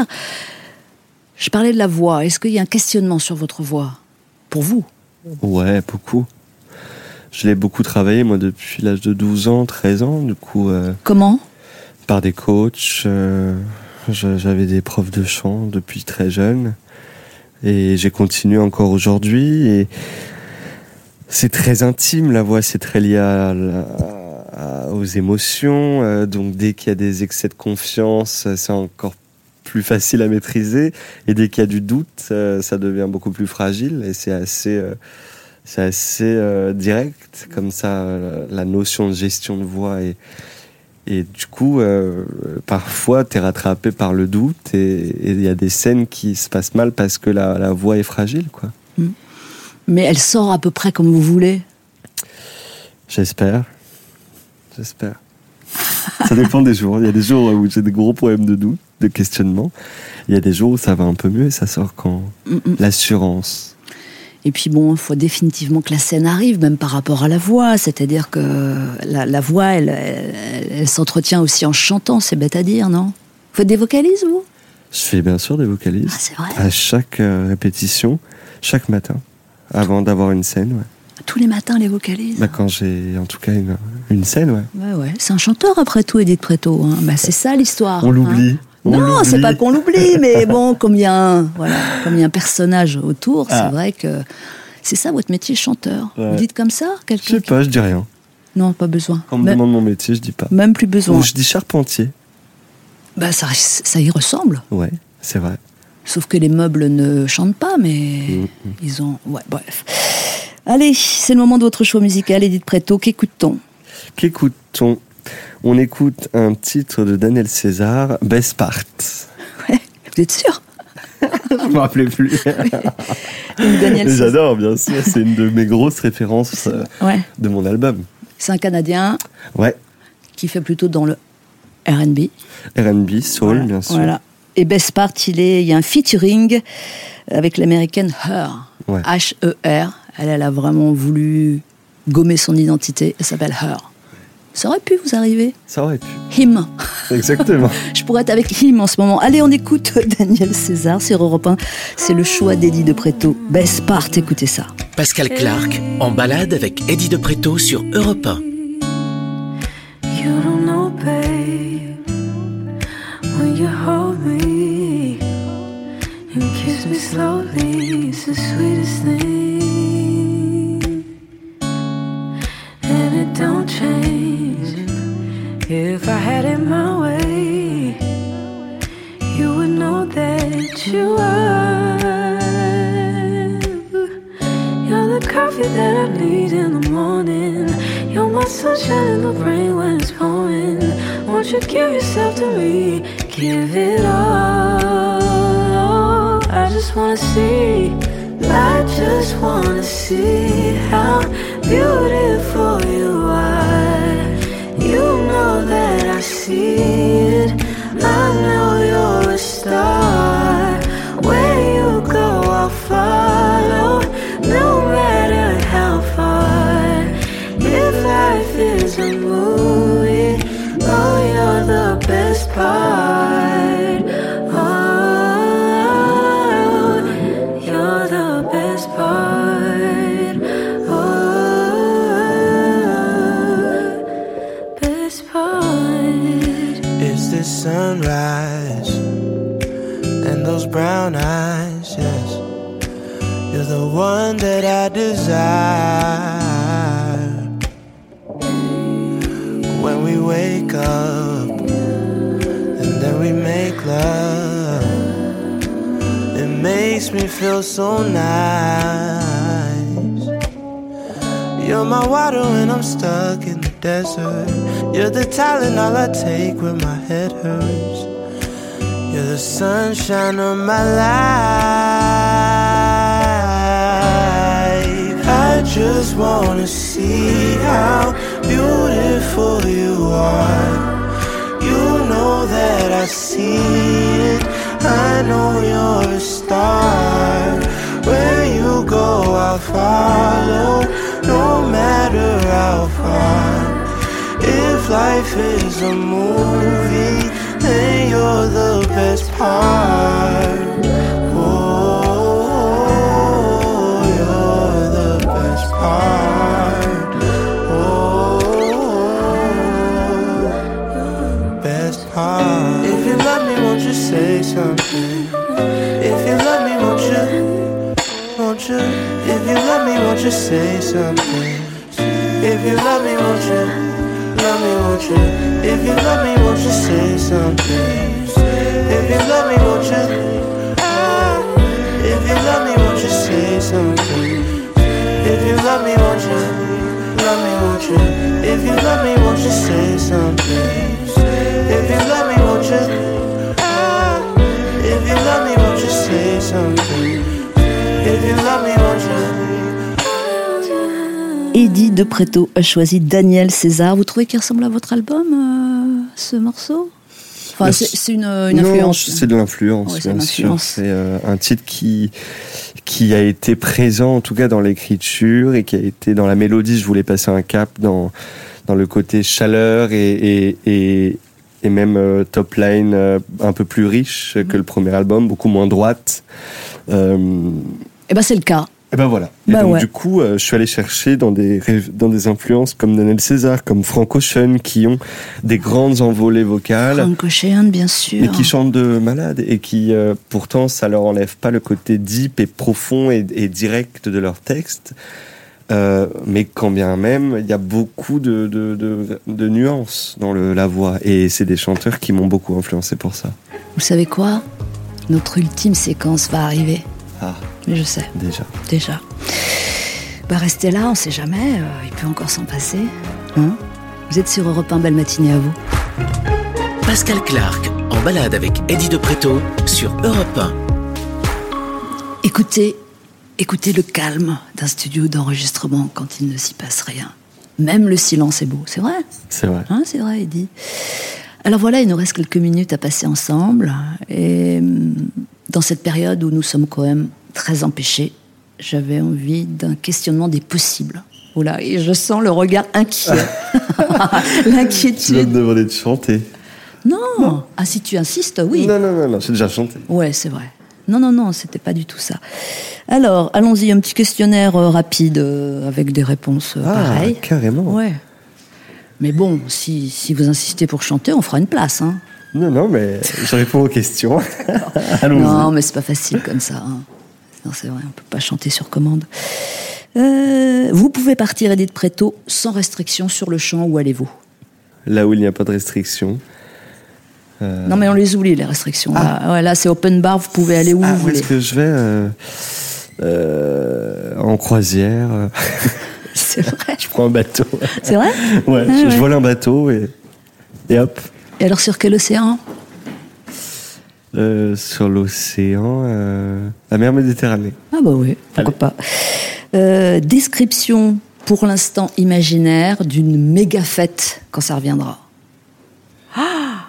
Je parlais de la voix. Est-ce qu'il y a un questionnement sur votre voix? Pour vous? Ouais, beaucoup. Je l'ai beaucoup travaillé, moi, depuis l'âge de douze ans, treize ans, du coup, euh, Comment? par des coachs. euh, je- j'avais des profs de chant depuis très jeune. Et j'ai continué encore aujourd'hui. Et c'est très intime, la voix, c'est très lié à la- à- aux émotions. euh, donc, dès qu'il y a des excès de confiance, c'est encore plus facile à maîtriser. Et dès qu'il y a du doute, euh, ça devient beaucoup plus fragile. Et c'est assez... euh, C'est assez euh, direct, comme ça, euh, la notion de gestion de voix. Et, et du coup, euh, parfois, t'es rattrapé par le doute et il y a des scènes qui se passent mal parce que la, la voix est fragile, quoi. Mais elle sort à peu près comme vous voulez. J'espère. J'espère. Ça dépend des jours. Il y a des jours où j'ai des gros problèmes de doute, de questionnement. Il y a des jours où ça va un peu mieux et ça sort quand Mm-mm. l'assurance. Et puis bon, il faut définitivement que la scène arrive, même par rapport à la voix. C'est-à-dire que la, la voix, elle, elle, elle s'entretient aussi en chantant, c'est bête à dire, non? Vous faites des vocalises, vous? Je fais bien sûr des vocalises. Ah, c'est vrai. À chaque euh, répétition, chaque matin, avant d'avoir une scène, ouais. Tous les matins, les vocalises. Bah, quand j'ai en tout cas une, une scène, ouais. Ouais, ouais. C'est un chanteur, après tout, Edith Preto. Hein. Bah, c'est ça, l'histoire. On hein. l'oublie. On Non, l'oublie. c'est pas qu'on l'oublie, mais bon, comme il y a un, voilà, comme il y a un personnage autour, Ah. c'est vrai que c'est ça votre métier, chanteur. Ouais. Vous dites comme ça, Je quelqu'un sais qui- pas, je dis rien. Non, pas besoin. Quand on me même, demande mon métier, je dis pas. même plus besoin. Ou je dis charpentier. Bah, ça, ça y ressemble. Ouais, c'est vrai. Sauf que les meubles ne chantent pas, mais Mhm. ils ont. Ouais, bref. Allez, c'est le moment de votre choix musical, Edith Preto. Qu'écoute-t-on? Qu'écoute-t-on? On écoute un titre de Daniel César, Best Part. Ouais, vous êtes sûr? Je me rappelais plus. Donc, Daniel César. J'adore, bien sûr. C'est une de mes grosses références euh, Ouais. de mon album. C'est un Canadien Ouais, qui fait plutôt dans le R and B. R and B, soul, Voilà, bien sûr. Voilà. Et Best Part, il, est, il y a un featuring avec l'américaine Her. Ouais. H E R. Elle, elle a vraiment voulu gommer son identité. Elle s'appelle Her. Ça aurait pu vous arriver. Ça aurait pu. Him. Exactement. Je pourrais être avec Him en ce moment. Allez, on écoute Daniel César sur Europe un. C'est le choix d'Eddie de Preto. Best Part, écoutez ça. Pascal Clark en balade avec Eddie de Preto sur Europe un. You don't know, babe, when you hold me and kiss me slowly, it's the sweetest thing, and it don't change. If I had it my way, you would know that you are. You're the coffee that I need in the morning. You're my sunshine in the rain when it's pouring. Won't you give yourself to me? Give it all. I just wanna see. I just wanna see how beautiful you are. You know that I see it. I know you're a star. When brown eyes, yes. You're the one that I desire. When we wake up and then we make love, it makes me feel so nice. You're my water when I'm stuck in the desert. You're the talent all I take when my head hurts. You're the sunshine of my life. I just wanna see how beautiful you are. You know that I see it. I know you're a star. Where you go, I'll follow, no matter how far. If life is a movie, then you're the best part. Oh, you're the best part. Oh, best part. If you love me, won't you say something? If you love me, won't you, won't you? If you love me, won't you say something? If you love me, won't you, love me, won't you? If you love me, won't you say something? If you love me, won't you? If you love me, won't you say something? If you love me, won't you? Love me, won't you? If you love me, won't you say something? If you love me, won't you? If you love me, won't you say something? If you love me, won't you? Eddie de Pretto a choisi Daniel César. Vous trouvez qu'il ressemble à votre album, euh, ce morceau? Enfin, c'est, c'est une, une influence. Non, c'est de l'influence, ouais, bien sûr. C'est euh, un titre qui qui a été présent, en tout cas dans l'écriture, et qui a été dans la mélodie. Je voulais passer un cap dans dans le côté chaleur et et et, et même euh, top line euh, un peu plus riche mmh. que le premier album, beaucoup moins droite. Euh, et ben c'est le cas. Et ben voilà. Et bah donc ouais. du coup, euh, je suis allé chercher dans des dans des influences comme Daniel César, comme Frank Ocean, qui ont des grandes envolées vocales. Frank Ocean, bien sûr. Mais qui chantent de malade et qui euh, pourtant ça leur enlève pas le côté deep et profond et, et direct de leur texte. Euh, mais quand bien même, il y a beaucoup de de de, de nuances dans le, la voix, et c'est des chanteurs qui m'ont beaucoup influencé pour ça. Vous savez quoi ? Notre ultime séquence va arriver. Ah. Mais je sais. Déjà. Déjà. Bah restez là, on sait jamais, euh, il peut encore s'en passer. Hein ? Vous êtes sur Europe un, belle matinée à vous. Pascal Clark, en balade avec Eddie de Pretto sur Europe un. Écoutez, écoutez le calme d'un studio d'enregistrement quand il ne s'y passe rien. Même le silence est beau, c'est vrai ? C'est vrai. Hein, c'est vrai, Eddie. Alors voilà, il nous reste quelques minutes à passer ensemble. Et dans cette période où nous sommes quand même très empêchés, j'avais envie d'un questionnement des possibles. Oula, et je sens le regard inquiet. L'inquiétude. Tu vas me demander de chanter. Non. non. Ah, si tu insistes, oui. Non, non, non, non, j'ai déjà chanté. Ouais, c'est vrai. Non, non, non, c'était pas du tout ça. Alors, allons-y, un petit questionnaire euh, rapide euh, avec des réponses euh, ah, pareilles. Carrément. Ouais. Mais bon, si, si vous insistez pour chanter, on fera une place, hein. Non, non, mais je réponds aux questions. Allons-y. Non, mais c'est pas facile comme ça. Hein. Non, c'est vrai, on peut pas chanter sur commande. Euh, vous pouvez partir, Eddie de Pretto, sans restriction sur le chant. Où allez-vous ? Là où il n'y a pas de restriction. Euh... Non, mais on les oublie, les restrictions. Ah. Là, ouais, là, c'est open bar, vous pouvez aller où ah, vous voulez. Est-ce que je vais euh, euh, en croisière. C'est vrai. Je prends un bateau. C'est vrai ? Ouais, ah, je, ouais, je vole un bateau et, et hop. Et alors, sur quel océan ? euh, Sur l'océan, euh, la mer Méditerranée. Ah bah oui, pourquoi Allez. pas. Euh, description, pour l'instant imaginaire, d'une méga fête quand ça reviendra. Ah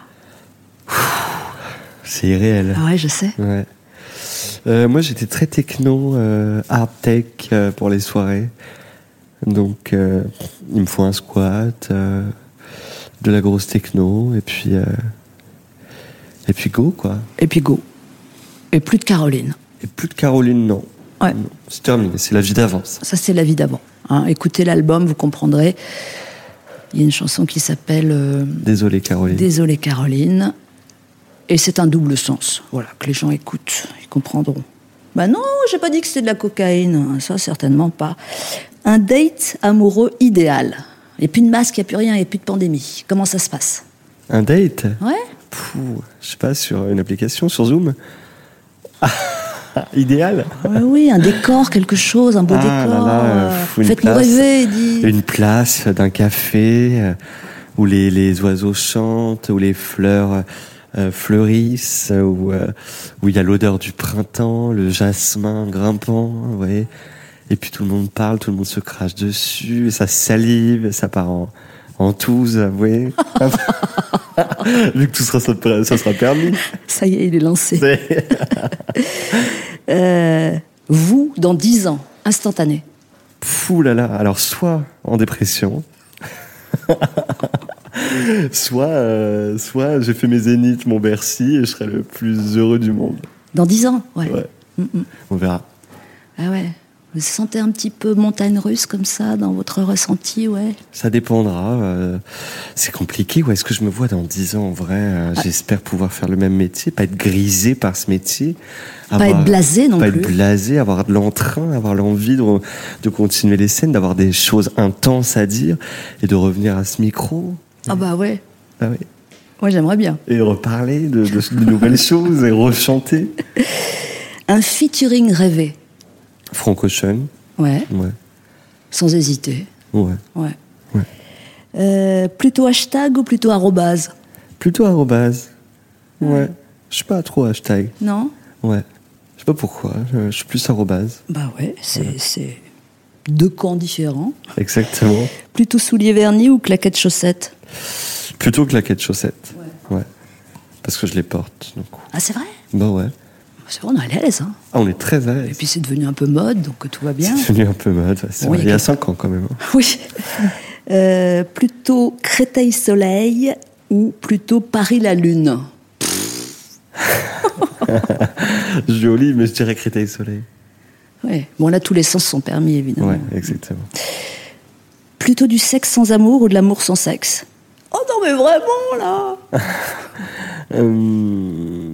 C'est irréel. Ah ouais, je sais. Ouais. Euh, moi, j'étais très techno, euh, hard tech euh, pour les soirées. Donc, euh, il me faut un squat, euh, de la grosse techno, et puis, euh, et puis go, quoi. Et puis go. Et plus de Caroline. Et plus de Caroline, non. Ouais. Non, c'est terminé, c'est la vie d'avant. Ça, ça c'est la vie d'avant. Hein. Écoutez l'album, vous comprendrez. Il y a une chanson qui s'appelle... Euh, Désolé Caroline. Désolé Caroline. Et c'est un double sens. Voilà, que les gens écoutent, ils comprendront. Bah non, j'ai pas dit que c'était de la cocaïne. Ça, certainement pas. Un date amoureux idéal. Il n'y a plus de masque, il n'y a plus rien, il n'y a plus de pandémie. Comment ça se passe? Un date? Ouais. Pouh, je sais pas, sur une application, sur Zoom. Ah, idéal. Oui, oui, un décor, quelque chose, un beau ah, décor. Là, là, euh, une Faites-nous place, rêver, Eddy. Une place d'un café euh, où les, les oiseaux chantent, où les fleurs euh, fleurissent, où euh, où il y a l'odeur du printemps, le jasmin grimpant, vous voyez. Et puis tout le monde parle, tout le monde se crache dessus, et ça salive, ça part en, en touze, vous voyez. Vu que tout sera, ça sera permis. Ça y est, il est lancé. euh, vous, dans dix ans, instantané. Fou là là. Alors, soit en dépression, soit, euh, soit j'ai fait mes zéniths, mon Bercy, et je serai le plus heureux du monde. Dans dix ans, ouais. Ouais. Mm-mm. On verra. Ah ouais. Vous sentez un petit peu montagne russe comme ça dans votre ressenti, ouais? Ça dépendra. Euh, c'est compliqué. Où est-ce que je me vois dans dix ans en vrai? euh, ah. J'espère pouvoir faire le même métier, pas être grisé par ce métier. Pas avoir, être blasé non pas plus. Pas être blasé, avoir de l'entrain, avoir l'envie de, de continuer les scènes, d'avoir des choses intenses à dire et de revenir à ce micro. Ah bah ouais. Ah oui. Moi j'aimerais bien. Et reparler de, de, de nouvelles choses et rechanter. Un featuring rêvé. Frank Ocean. Ouais. Ouais. Sans hésiter. Ouais. Ouais. ouais. Euh, plutôt hashtag ou plutôt arrobase? Plutôt arrobase. Ouais. ouais. Je suis pas trop hashtag. Non? Ouais. Je sais pas pourquoi. Je, je suis plus arrobase. Bah ouais, c'est, ouais. c'est deux camps différents. Exactement. Plutôt souliers vernis ou claquettes chaussettes? Plutôt claquettes chaussettes. Ouais. Ouais. Parce que je les porte. Donc. Ah, c'est vrai? Bah ouais. C'est vrai, on est à l'aise. Hein. Ah, on est très à l'aise. Et puis c'est devenu un peu mode, donc tout va bien. C'est devenu un peu mode, c'est bon, vrai. Il y a cinq ans quand même. Hein. Oui. Euh, plutôt Créteil-Soleil ou plutôt Paris-la-Lune? Joli, mais je dirais Créteil-Soleil. Oui, bon là tous les sens sont permis évidemment. Ouais, exactement. Plutôt du sexe sans amour ou de l'amour sans sexe? Oh non mais vraiment là euh...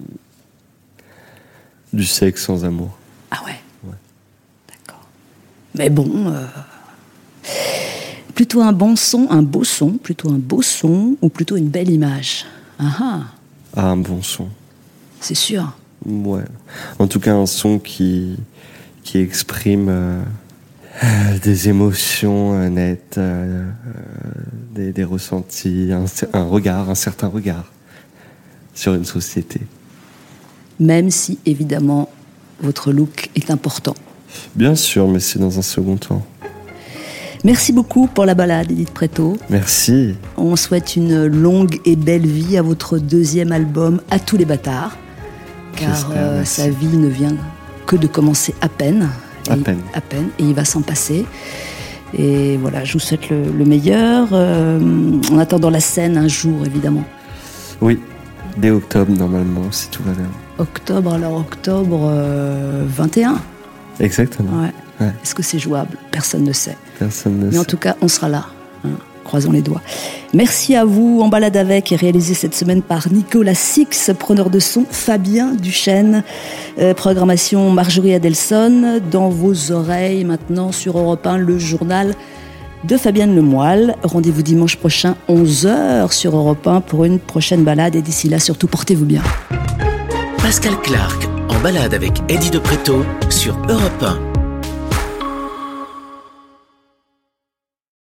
Du sexe sans amour. Ah ouais, ouais. D'accord. Mais bon, euh... plutôt un bon son, un beau son, plutôt un beau son ou plutôt une belle image? Ah ah. Ah, un bon son. C'est sûr. Ouais. En tout cas, un son qui, qui exprime euh, des émotions euh, nettes, euh, des, des ressentis, un, un regard, un certain regard sur une société. Même si, évidemment, votre look est important. Bien sûr, mais c'est dans un second temps. Merci beaucoup pour la balade, Edith Préto. Merci. On souhaite une longue et belle vie à votre deuxième album, À tous les bâtards. Car euh, sa vie ne vient que de commencer à peine. À et, peine. À peine, et il va s'en passer. Et voilà, je vous souhaite le, le meilleur. Euh, en attendant la scène, un jour, évidemment. Oui, dès octobre, normalement, si tout va bien. Octobre, alors octobre euh, vingt et un. Exactement. Ouais. Ouais. Est-ce que c'est jouable? Personne ne sait. Personne ne Mais sait. en tout cas, on sera là. Hein. Croisons les doigts. Merci à vous. En balade avec est réalisé cette semaine par Nicolas Six, preneur de son Fabien Duchesne. Euh, programmation Marjorie Adelson. Dans vos oreilles maintenant sur Europe un, le journal de Fabienne Lemoyle. Rendez-vous dimanche prochain, onze heures sur Europe un pour une prochaine balade. Et d'ici là, surtout, portez-vous bien. Pascal Clark, en balade avec Eddy de Pretto sur Europe un.